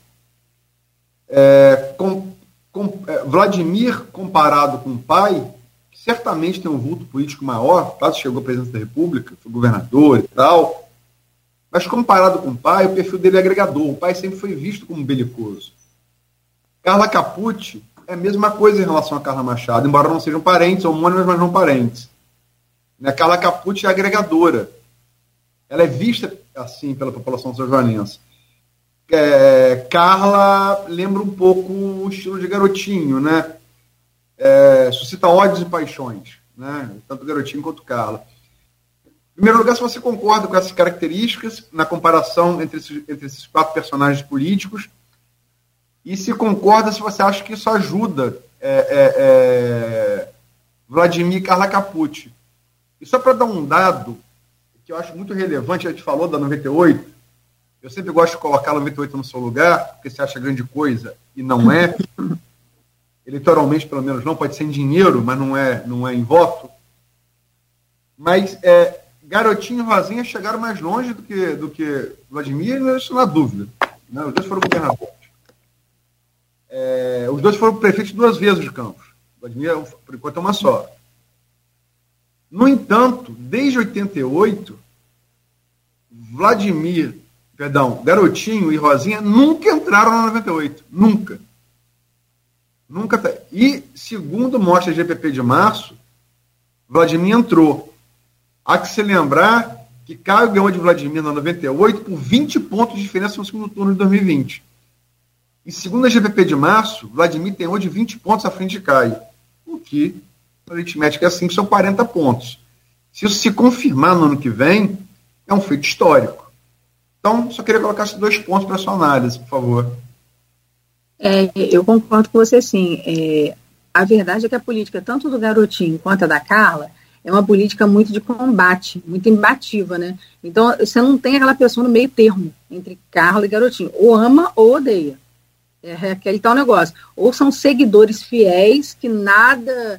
Vladimir, comparado com o pai, que certamente tem um vulto político maior, quase chegou à presidência da República, foi governador e tal, mas comparado com o pai, o perfil dele é agregador. O pai sempre foi visto como belicoso. Carla Capucci é a mesma coisa em relação a Carla Machado, embora não sejam parentes, homônimas, mas não parentes. Carla Capucci é agregadora. Ela é vista assim pela população são-joanense. Carla lembra um pouco o estilo de Garotinho, né? Suscita ódios e paixões, né? Tanto Garotinho quanto Carla. Em primeiro lugar, se você concorda com essas características na comparação entre esses 4 personagens políticos, e se concorda se você acha que isso ajuda Vladimir e Carla Capucci. E só para dar um dado que eu acho muito relevante, a gente falou da 98, eu sempre gosto de colocar a 98 no seu lugar, porque você acha grande coisa e não é, eleitoralmente pelo menos não, pode ser em dinheiro, mas não é em voto. Mas Garotinho e Rosinha chegaram mais longe do que Vladimir, isso não há dúvida. Né? Os dois foram governadores. Os dois foram prefeitos 2 vezes de Campos. Vladimir, por enquanto, é uma só. No entanto, desde 88, Garotinho e Rosinha nunca entraram na 98. Nunca. E, segundo mostra a GPP de março, Vladimir entrou. Há que se lembrar que Caio ganhou de Vladimir na 98 por 20 pontos de diferença no segundo turno de 2020. E segundo a GPP de março, Vladimir tem hoje 20 pontos à frente de Caio. O que, aritmética assim, são 40 pontos. Se isso se confirmar no ano que vem, é um feito histórico. Então, só queria colocar esses 2 pontos para a sua análise, por favor. Eu concordo com você, sim. A verdade é que a política, tanto do Garotinho quanto a da Carla, é uma política muito de combate, muito imbativa, né? Então, você não tem aquela pessoa no meio termo entre Carla e Garotinho. Ou ama ou odeia. É aquele tal negócio. Ou são seguidores fiéis que nada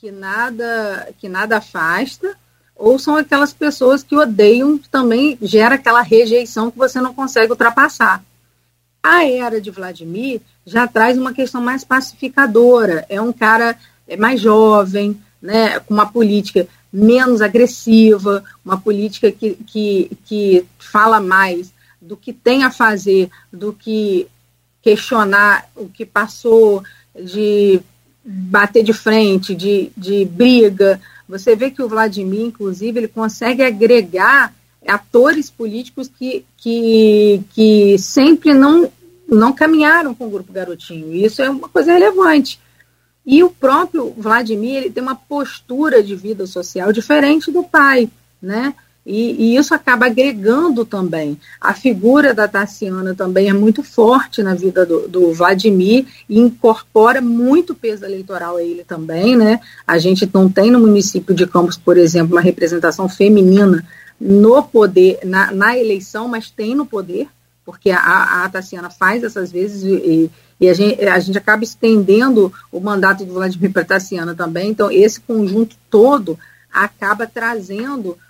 afasta, ou são aquelas pessoas que odeiam, que também gera aquela rejeição que você não consegue ultrapassar. A era de Vladimir já traz uma questão mais pacificadora. É um cara mais jovem, né, com uma política menos agressiva, uma política que fala mais do que tem a fazer, do que questionar o que passou, de bater de frente, de briga. Você vê que o Vladimir, inclusive, ele consegue agregar atores políticos que sempre não caminharam com o Grupo Garotinho. E isso é uma coisa relevante. E o próprio Vladimir, ele tem uma postura de vida social diferente do pai, né? E isso acaba agregando também. A figura da Tassiana também é muito forte na vida do Vladimir e incorpora muito peso eleitoral a ele também, né? A gente não tem no município de Campos, por exemplo, uma representação feminina no poder, na eleição, mas tem no poder, porque a Tassiana faz essas vezes e a gente acaba estendendo o mandato do Vladimir para a Tassiana também. Então, esse conjunto todo acaba trazendo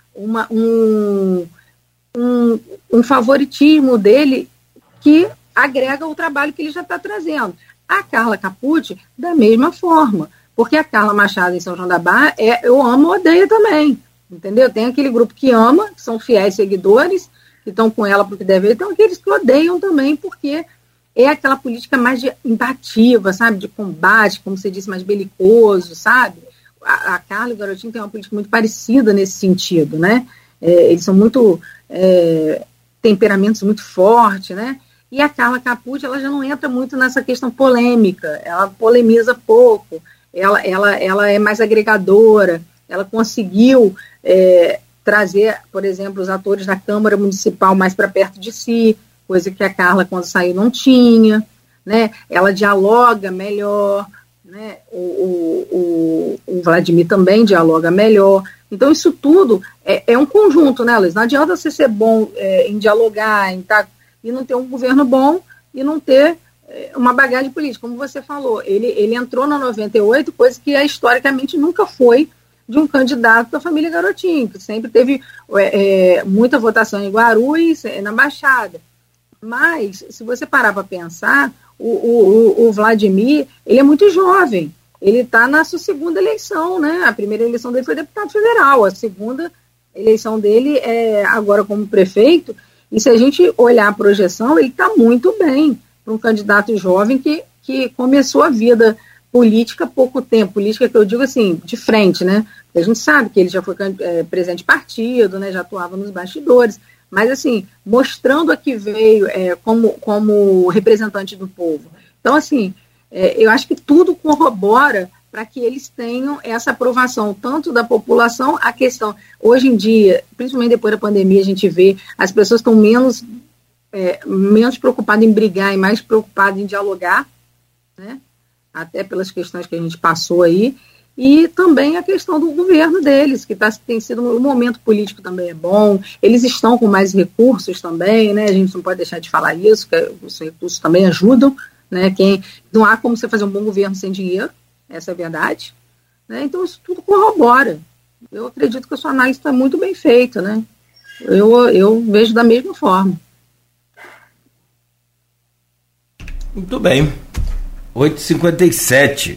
um favoritismo dele que agrega o trabalho que ele já está trazendo. A Carla Capucci, da mesma forma, porque a Carla Machado em São João da Barra eu amo ou odeio também, entendeu? Tem aquele grupo que ama, que são fiéis seguidores, que estão com ela porque devem, então aqueles que odeiam também, porque é aquela política mais imbativa, sabe, de combate, como você disse, mais belicoso, sabe? A Carla e o Garotinho têm uma política muito parecida nesse sentido, né? Eles são muito temperamentos muito fortes, né? E a Carla Capucci, ela já não entra muito nessa questão polêmica, ela polemiza pouco, ela é mais agregadora, ela conseguiu trazer, por exemplo, os atores da Câmara Municipal mais para perto de si, coisa que a Carla, quando saiu, não tinha, né? Ela dialoga melhor, né? O Vladimir também dialoga melhor. Então, isso tudo é um conjunto, né, Luiz? Não adianta você ser bom em dialogar, e não ter um governo bom e não ter uma bagagem política. Como você falou, ele entrou na 98, coisa que historicamente nunca foi de um candidato da família Garotinho, que sempre teve muita votação em Guarulhos, na Baixada. Mas, se você parar para pensar, o Vladimir, ele é muito jovem. Ele está na sua segunda eleição, né? A primeira eleição dele foi deputado federal, a segunda eleição dele é agora como prefeito, e se a gente olhar a projeção, ele está muito bem para um candidato jovem que começou a vida política há pouco tempo, política que eu digo assim, de frente, né? A gente sabe que ele já foi presidente de partido, né? Já atuava nos bastidores, mas assim, mostrando a que veio como representante do povo. Então, assim, eu acho que tudo corrobora para que eles tenham essa aprovação, tanto da população, a questão, hoje em dia, principalmente depois da pandemia, a gente vê, as pessoas estão menos preocupadas em brigar e mais preocupadas em dialogar, né? até pelas questões que a gente passou aí, e também a questão do governo deles, que tem sido um momento político também é bom, eles estão com mais recursos também, né? A gente não pode deixar de falar isso, que os recursos também ajudam, né? Não há como você fazer um bom governo sem dinheiro, essa é a verdade, né? Então isso tudo corrobora. Eu acredito que a sua análise está muito bem feita, né? Eu vejo da mesma forma. Muito bem. 8h57.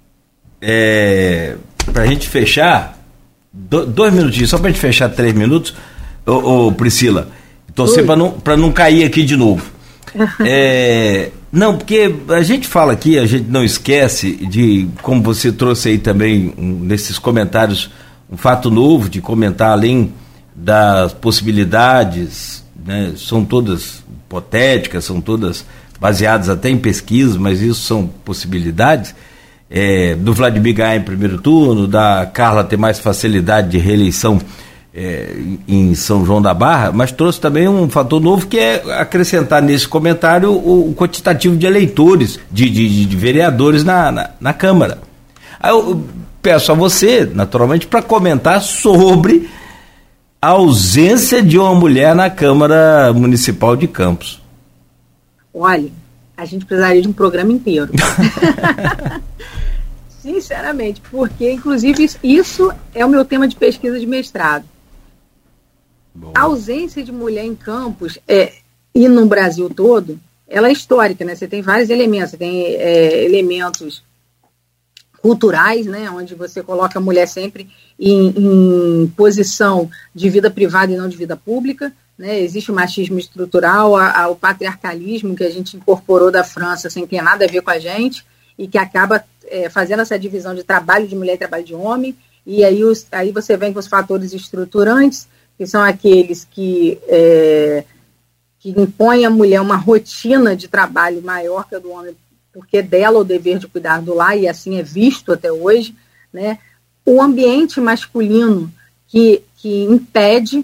Para a gente fechar, 2 minutinhos, só para a gente fechar 3 minutos, Priscila, torcer para não cair aqui de novo. Não, porque a gente fala aqui, a gente não esquece de, como você trouxe aí também nesses comentários, um fato novo de comentar, além das possibilidades, né, são todas hipotéticas, são todas baseadas até em pesquisa, mas isso são possibilidades, do Vladimir ganhar em primeiro turno, da Carla ter mais facilidade de reeleição em São João da Barra, mas trouxe também um fator novo, que é acrescentar nesse comentário o quantitativo de eleitores, de vereadores na Câmara. Aí eu peço a você, naturalmente, para comentar sobre a ausência de uma mulher na Câmara Municipal de Campos. Olha, a gente precisaria de um programa inteiro. Sinceramente, porque, inclusive, isso é o meu tema de pesquisa de mestrado. Bom. A ausência de mulher em Campos, e no Brasil todo, ela é histórica, né? Você tem vários elementos, você tem elementos culturais, né? Onde você coloca a mulher sempre em posição de vida privada e não de vida pública, né? Existe o machismo estrutural, o patriarcalismo que a gente incorporou da França sem ter nada a ver com a gente, e que acaba fazendo essa divisão de trabalho de mulher e trabalho de homem, e aí você vem com os fatores estruturantes, que são aqueles que impõem à mulher uma rotina de trabalho maior que a do homem, porque é dela o dever de cuidar do lar, e assim é visto até hoje, né? O ambiente masculino que impede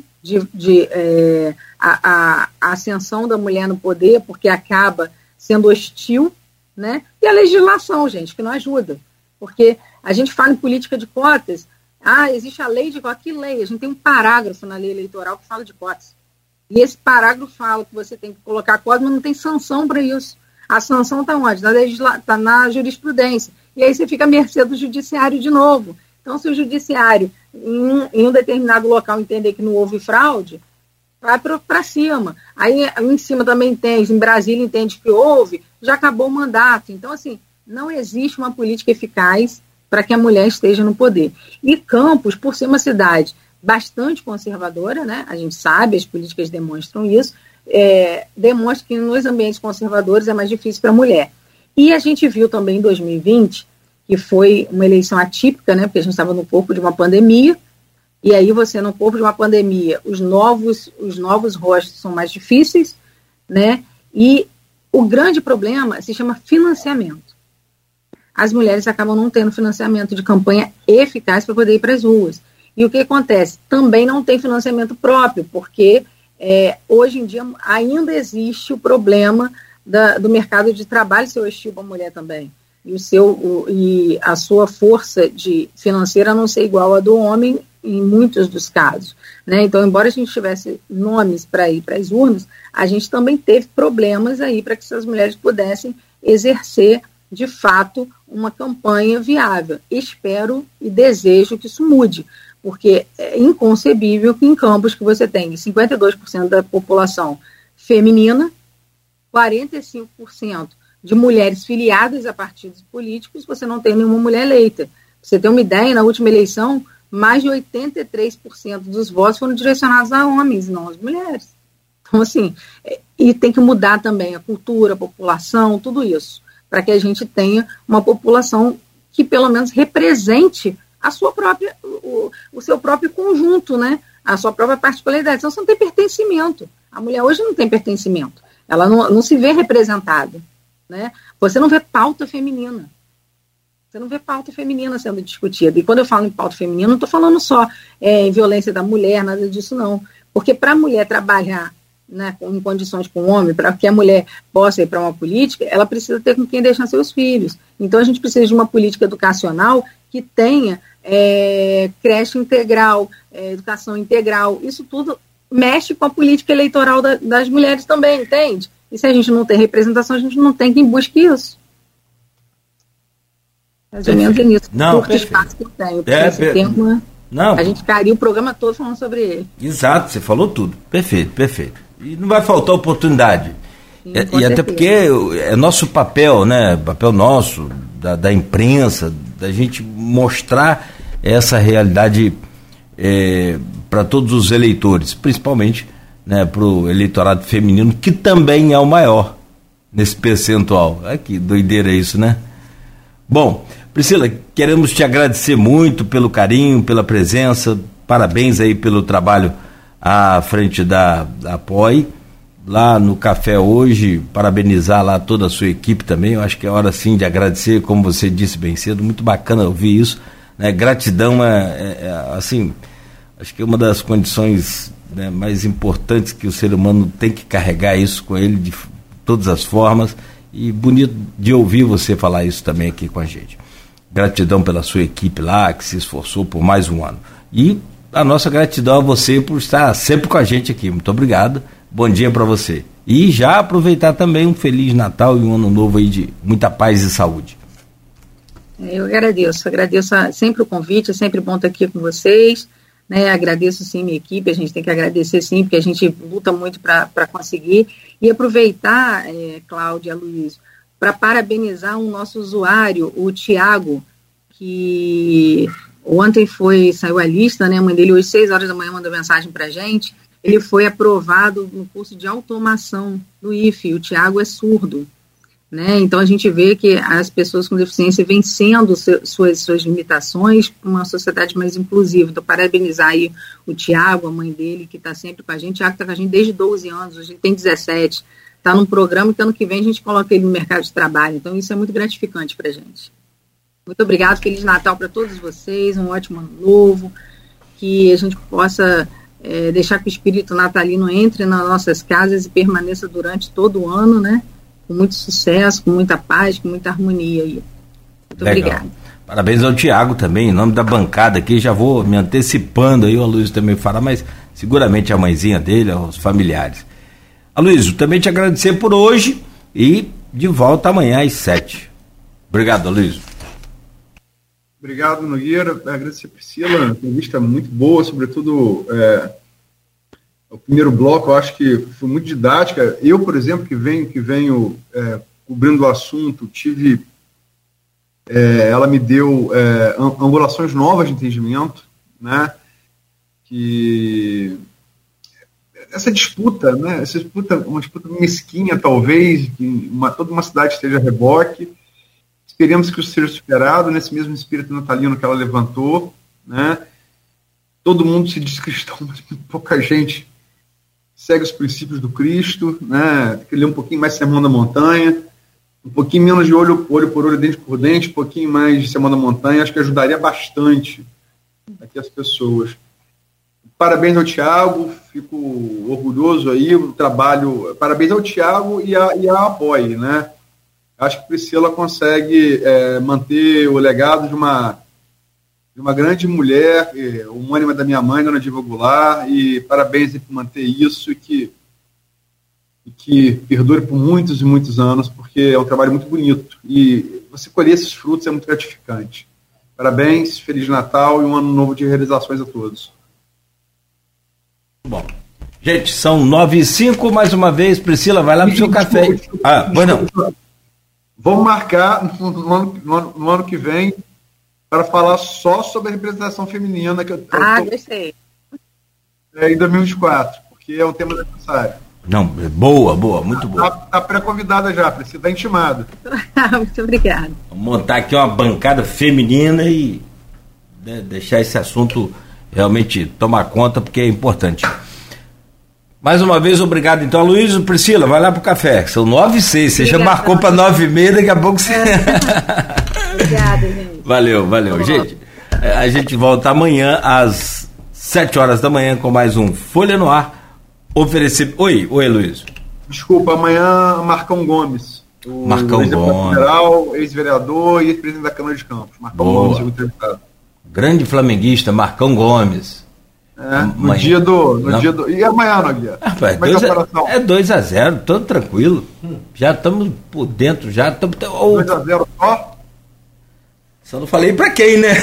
a ascensão da mulher no poder, porque acaba sendo hostil, né? E a legislação, gente, que não ajuda, porque a gente fala em política de cotas, existe a lei de cotas. Que lei? A gente tem um parágrafo na lei eleitoral que fala de cotas, e esse parágrafo fala que você tem que colocar cotas, mas não tem sanção para isso. A sanção está onde? Está na jurisprudência, e aí você fica à mercê do judiciário de novo. Então, se o judiciário, em um determinado local, entender que não houve fraude, vai para cima. Aí, em cima também entende, em Brasília entende que houve, já acabou o mandato. Então, assim, não existe uma política eficaz para que a mulher esteja no poder. E Campos, por ser uma cidade bastante conservadora, né? A gente sabe, as políticas demonstram isso, demonstra que nos ambientes conservadores é mais difícil para a mulher. E a gente viu também em 2020, que foi uma eleição atípica, né? Porque a gente estava no corpo de uma pandemia, e aí você, no corpo de uma pandemia, os novos rostos são mais difíceis, né? E o grande problema se chama financiamento. As mulheres acabam não tendo financiamento de campanha eficaz para poder ir para as ruas. E o que acontece? Também não tem financiamento próprio, porque hoje em dia ainda existe o problema do mercado de trabalho ser hostil para a mulher também. E a sua força financeira não ser igual à do homem em muitos dos casos, né? Então, embora a gente tivesse nomes para ir para as urnas, a gente também teve problemas aí para que essas mulheres pudessem exercer, de fato, uma campanha viável. Espero e desejo que isso mude, porque é inconcebível que em Campos que você tem 52% da população feminina, 45% de mulheres filiadas a partidos políticos, você não tem nenhuma mulher eleita. Pra você ter uma ideia, na última eleição, mais de 83% dos votos foram direcionados a homens, não às mulheres. Então, assim, e tem que mudar também a cultura, a população, tudo isso, para que a gente tenha uma população que pelo menos represente a sua própria, o seu próprio conjunto, né? A sua própria particularidade. Então, você não tem pertencimento. A mulher hoje não tem pertencimento. Ela não se vê representada, né? Você não vê pauta feminina. Você não vê pauta feminina sendo discutida. E quando eu falo em pauta feminina, não estou falando só em violência da mulher, nada disso não. Porque para a mulher trabalhar né, em condições com o homem, para que a mulher possa ir para uma política, ela precisa ter com quem deixar seus filhos. Então, a gente precisa de uma política educacional que tenha creche integral, educação integral. Isso tudo mexe com a política eleitoral das mulheres também, entende? E se a gente não tem representação, a gente não tem quem busque isso. Mais ou menos nisso. Curto espaço que eu tenho, porque esse tema... Não. A gente ficaria o programa todo falando sobre ele. Exato, você falou tudo. Perfeito. E não vai faltar oportunidade. Sim, e até porque é nosso papel, né? Papel nosso, da imprensa, da gente mostrar essa realidade para todos os eleitores, principalmente, né, para o eleitorado feminino, que também é o maior nesse percentual. Que doideira isso, né? Bom, Priscila, queremos te agradecer muito pelo carinho, pela presença, parabéns aí pelo trabalho à frente da APOI, lá no café hoje, parabenizar lá toda a sua equipe também. Eu acho que é hora sim de agradecer, como você disse bem cedo, muito bacana ouvir isso, né? Gratidão assim, acho que é uma das condições, né, mais importantes que o ser humano tem que carregar isso com ele de todas as formas, e bonito de ouvir você falar isso também aqui com a gente. Gratidão pela sua equipe lá, que se esforçou por mais um ano. E a nossa gratidão a você por estar sempre com a gente aqui. Muito obrigado. Bom dia para você. E já aproveitar também um Feliz Natal e um Ano Novo aí de muita paz e saúde. Eu agradeço sempre o convite, é sempre bom estar aqui com vocês, né? Agradeço sim minha equipe, a gente tem que agradecer sim, porque a gente luta muito para conseguir. E aproveitar, Cláudia, Luiz, para parabenizar um nosso usuário, o Tiago, que ontem saiu a lista, né? A mãe dele hoje, 6 horas da manhã, mandou mensagem para a gente. Ele foi aprovado no curso de automação do IFE. O Tiago é surdo, né? Então a gente vê que as pessoas com deficiência vencendo suas limitações para uma sociedade mais inclusiva. Então, parabenizar aí o Tiago, a mãe dele, que está sempre com a gente. O Tiago está com a gente desde 12 anos, hoje ele tem 17. Está num programa que ano que vem a gente coloca ele no mercado de trabalho. Então isso é muito gratificante para a gente. Muito obrigado, Feliz Natal para todos vocês, um ótimo ano novo, que a gente possa deixar que o espírito natalino entre nas nossas casas e permaneça durante todo o ano, né? Com muito sucesso, com muita paz, com muita harmonia aí. Muito obrigada. Parabéns ao Tiago também, em nome da bancada aqui, já vou me antecipando aí, o Aloysio também fará, mas seguramente a mãezinha dele, os familiares. Aloysio, também te agradecer por hoje e de volta amanhã às 7. Obrigado, Aloysio. Obrigado, Nogueira. Agradecer a Priscila, uma entrevista muito boa, sobretudo o primeiro bloco, eu acho que foi muito didática. Eu, por exemplo, que venho cobrindo o assunto, ela me deu angulações novas de entendimento, né? Que essa disputa, né? Uma disputa mesquinha, talvez, que toda uma cidade esteja a reboque. Esperemos que isso seja superado nesse mesmo espírito natalino que ela levantou, né? Todo mundo se diz cristão, mas pouca gente segue os princípios do Cristo, né? Tem que ler um pouquinho mais Sermão da Montanha, um pouquinho menos de olho por olho, dente por dente, um pouquinho mais de Sermão da Montanha, acho que ajudaria bastante aqui as pessoas. Parabéns ao Tiago, fico orgulhoso aí do trabalho, parabéns ao Tiago e à APOI, né? Acho que Priscila consegue manter o legado de uma grande mulher, homônima da minha mãe, Dona Diva Goulart, e parabéns por manter isso e que perdure por muitos e muitos anos, porque é um trabalho muito bonito. E você colher esses frutos é muito gratificante. Parabéns, Feliz Natal e um ano novo de realizações a todos. Bom, gente, são 9h05, mais uma vez, Priscila, vai lá pro seu café. Pois não. Vamos marcar no ano que vem para falar só sobre a representação feminina que gostei. Em 2024, porque é um tema necessário. Não, boa, muito boa. Tá pré-convidada já, Priscila, tá intimada. Muito obrigada. Vamos montar aqui uma bancada feminina e deixar esse assunto realmente tomar conta, porque é importante. Mais uma vez, obrigado então, Aloysio. Priscila, vai lá pro café, são 9h06, você já marcou para 9h30, daqui a pouco você... Obrigada, gente. Valeu, gente. A gente volta amanhã às 7 horas da manhã com mais um Folha no Ar, oferecer... Oi, Luiz. Desculpa, amanhã Marcão Gomes. Marcão Gomes. Federal, ex-vereador e ex-presidente da Câmara de Campos. Marcão Gomes, segundo entrevistado. Grande flamenguista, Marcão Gomes. No dia do. E amanhã, Nogueira? Rapaz, 2-0, todo tranquilo. Já estamos por dentro, já estamos. 2-0 só? Só não falei pra quem, né?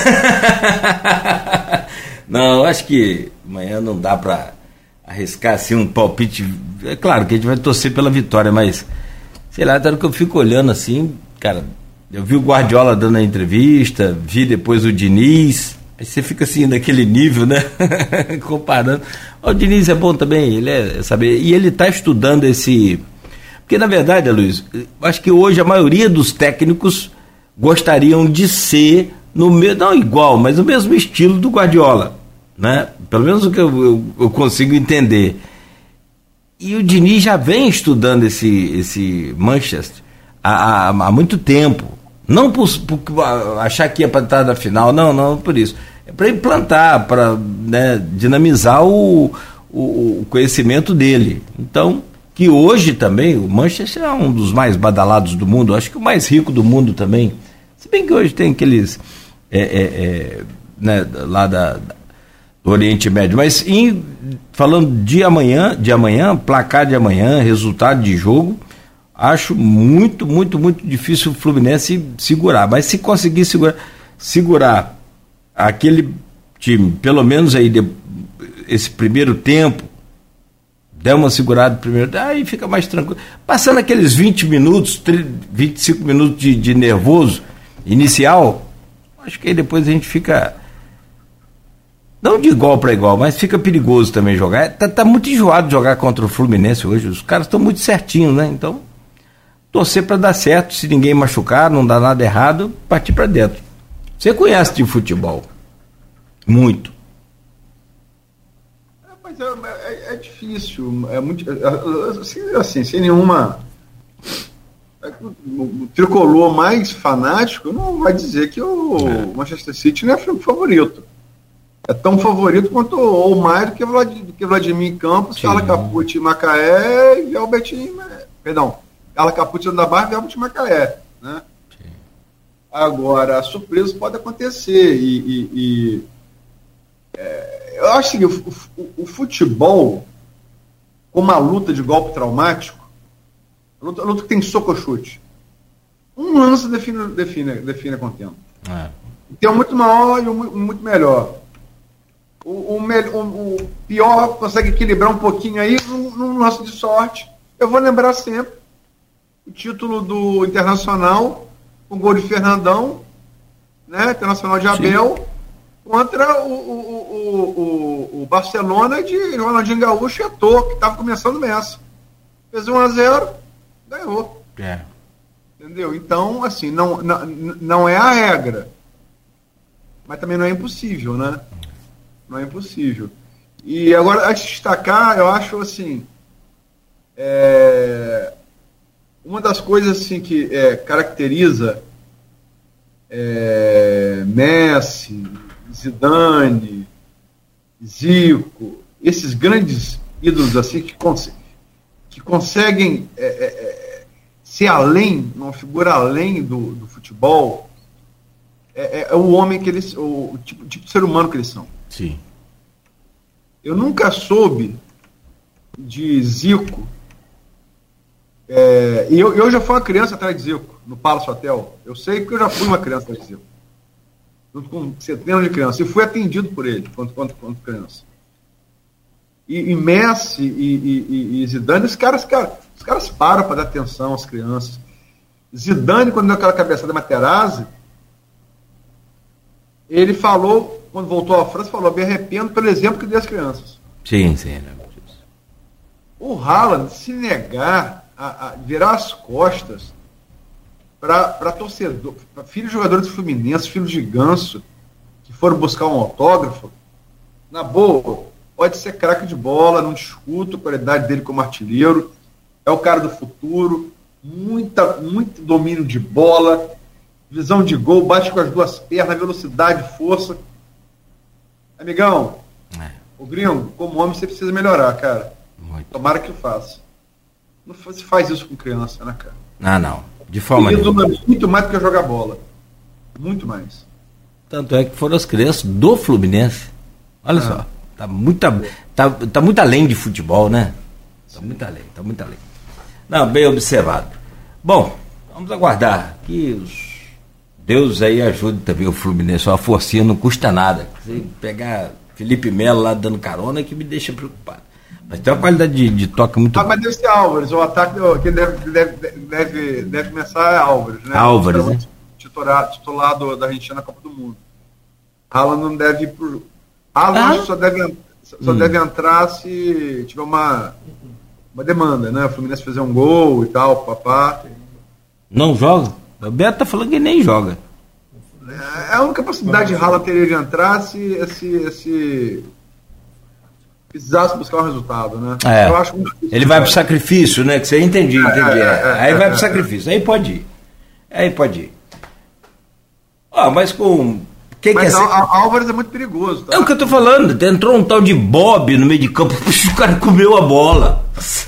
Não, acho que amanhã não dá pra arriscar assim um palpite. É claro que a gente vai torcer pela vitória, mas sei lá, até que eu fico olhando assim, cara, eu vi o Guardiola dando a entrevista, vi depois o Diniz, aí você fica assim naquele nível, né? Comparando. O Diniz é bom também, ele saber, e ele está estudando esse, porque na verdade, Luiz, acho que hoje a maioria dos técnicos gostariam de ser no mesmo, não igual, mas no mesmo estilo do Guardiola, né? Pelo menos o que eu consigo entender. E o Diniz já vem estudando esse Manchester há muito tempo. Não por achar que ia para estar na final, não por isso. É para implantar, para, né, dinamizar o conhecimento dele. Então, que hoje também, o Manchester é um dos mais badalados do mundo, acho que o mais rico do mundo também. Se bem que hoje tem aqueles né, lá do Oriente Médio, mas falando de amanhã, placar de amanhã, resultado de jogo, acho muito, muito, muito difícil o Fluminense segurar, mas se conseguir segurar aquele time, pelo menos aí esse primeiro tempo, der uma segurada primeiro, aí fica mais tranquilo, passando aqueles 20 minutos, 25 minutos de nervoso inicial, acho que aí depois a gente fica não de igual para igual, mas fica perigoso também jogar. Tá muito enjoado de jogar contra o Fluminense hoje. Os caras estão muito certinhos, né? Então, torcer para dar certo. Se ninguém machucar, não dá nada errado, partir para dentro. Você conhece de futebol? Muito. Mas é difícil. É muito. Assim, sem nenhuma. O tricolor mais fanático não vai dizer que o Manchester City não é favorito. É tão favorito quanto ou mais do que Vladimir Campos, Carla Capucci, Macaé e Velbetin, perdão, Carla Capucci da Barra e Velbetin Macaé, né? Sim. Agora, surpresas podem acontecer eu acho que o futebol, como uma luta de golpe traumático, a luta que tem soco ou chute, um lance define a contenda. Tem um muito maior e um muito melhor. O pior consegue equilibrar um pouquinho aí num lance de sorte. Eu vou lembrar sempre o título do Internacional com o gol de Fernandão, né? Internacional de Abel. Sim. Contra o Barcelona de Ronaldinho Gaúcho e Eto'o, que estava começando o Messi. Fez 1-0, ganhou. Entendeu? Então, assim, não é a regra, mas também não é impossível, né? Não é impossível. E agora, antes de destacar, eu acho assim, uma das coisas assim que caracteriza Messi, Zidane, Zico, esses grandes ídolos assim que conseguem ser além, uma figura além do futebol, é o homem que eles, o tipo de ser humano que eles são. Sim. Eu nunca soube de Zico, e eu já fui uma criança atrás de Zico, no Palace Hotel. Eu sei porque eu já fui uma criança atrás de Zico, junto com centenas de crianças, e fui atendido por ele quando criança. E Messi e Zidane, os caras param para dar atenção às crianças. Zidane, quando deu aquela cabeçada da Materazzi, ele falou, quando voltou à França, falou: me arrependo pelo exemplo que dei às crianças. Sim. O Haaland se negar a virar as costas para torcedor, para filhos de jogadores do Fluminense, filhos de Ganso, que foram buscar um autógrafo, na boa, pode ser craque de bola, não discuto a qualidade dele como artilheiro, é o cara do futuro, muito domínio de bola, visão de gol, bate com as duas pernas, velocidade, força. Amigão, o gringo, como homem, você precisa melhorar, cara. Muito. Tomara que faça. Não se faz isso com criança, né, cara? Ah, não. De forma nenhuma. Muito mais do que jogar bola. Muito mais. Tanto é que foram as crianças do Fluminense. Olha só. Tá muito além de futebol, né? Tá muito além. Não, bem observado. Bom, vamos aguardar que Deus aí ajude também o Fluminense. Uma forcinha não custa nada. Se pegar Felipe Melo lá dando carona que me deixa preocupado. Mas tem uma qualidade de toque muito boa. Mas deve ser Álvares. O ataque que deve começar é Álvares, né? Álvares, né? Titular da Argentina na Copa do Mundo. Haaland não deve ir por... Haaland só deve entrar se tiver uma demanda, né? O Fluminense fazer um gol e tal, papá. Não joga? O Beto tá falando que nem joga. É a única possibilidade de Haaland teria de entrar se precisasse buscar um resultado, né? Eu acho ele vai pro sacrifício, né? Que você entendi. Aí vai pro sacrifício. Aí pode ir. Mas com... Álvares é muito perigoso. Tá? É o que eu tô falando. Entrou um tal de Bob no meio de campo. O cara comeu a bola.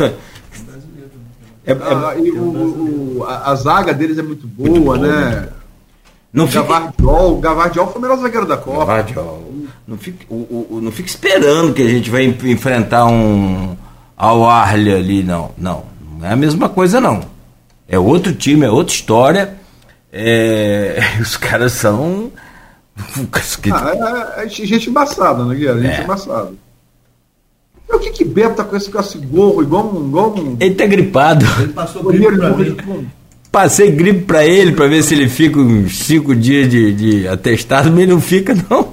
A zaga deles é muito boa, né? O Gavardiol foi o melhor zagueiro da Copa. Gavardiol. Não fica esperando que a gente vai enfrentar um Al-Ahly ali, não. Não é a mesma coisa, não. É outro time, é outra história. Os caras são... gente embaçada, né, Guilherme? Gente embaçada. O que Beto tá com esse gorro igual um... Ele tá gripado. Ele passou gripe pra mim. Passei gripe pra ele, pra ver se ele fica uns 5 dias de atestado, mas ele não fica, não.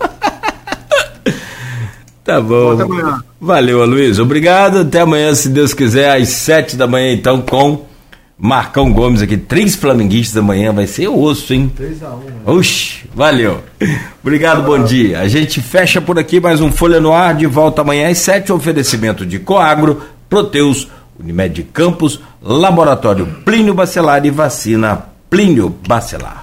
Tá bom. Até amanhã. Valeu, Aloysio. Obrigado. Até amanhã, se Deus quiser, às 7 da manhã, então, com Marcão Gomes aqui. 3 flamenguistas amanhã. Vai ser osso, hein? 3-1. Oxi, valeu. Obrigado, bom dia. A gente fecha por aqui mais um Folha no Ar. De volta amanhã às 7. Oferecimento de Coagro, Proteus, Unimed Campos, Laboratório Plínio Bacelar e Vacina Plínio Bacelar.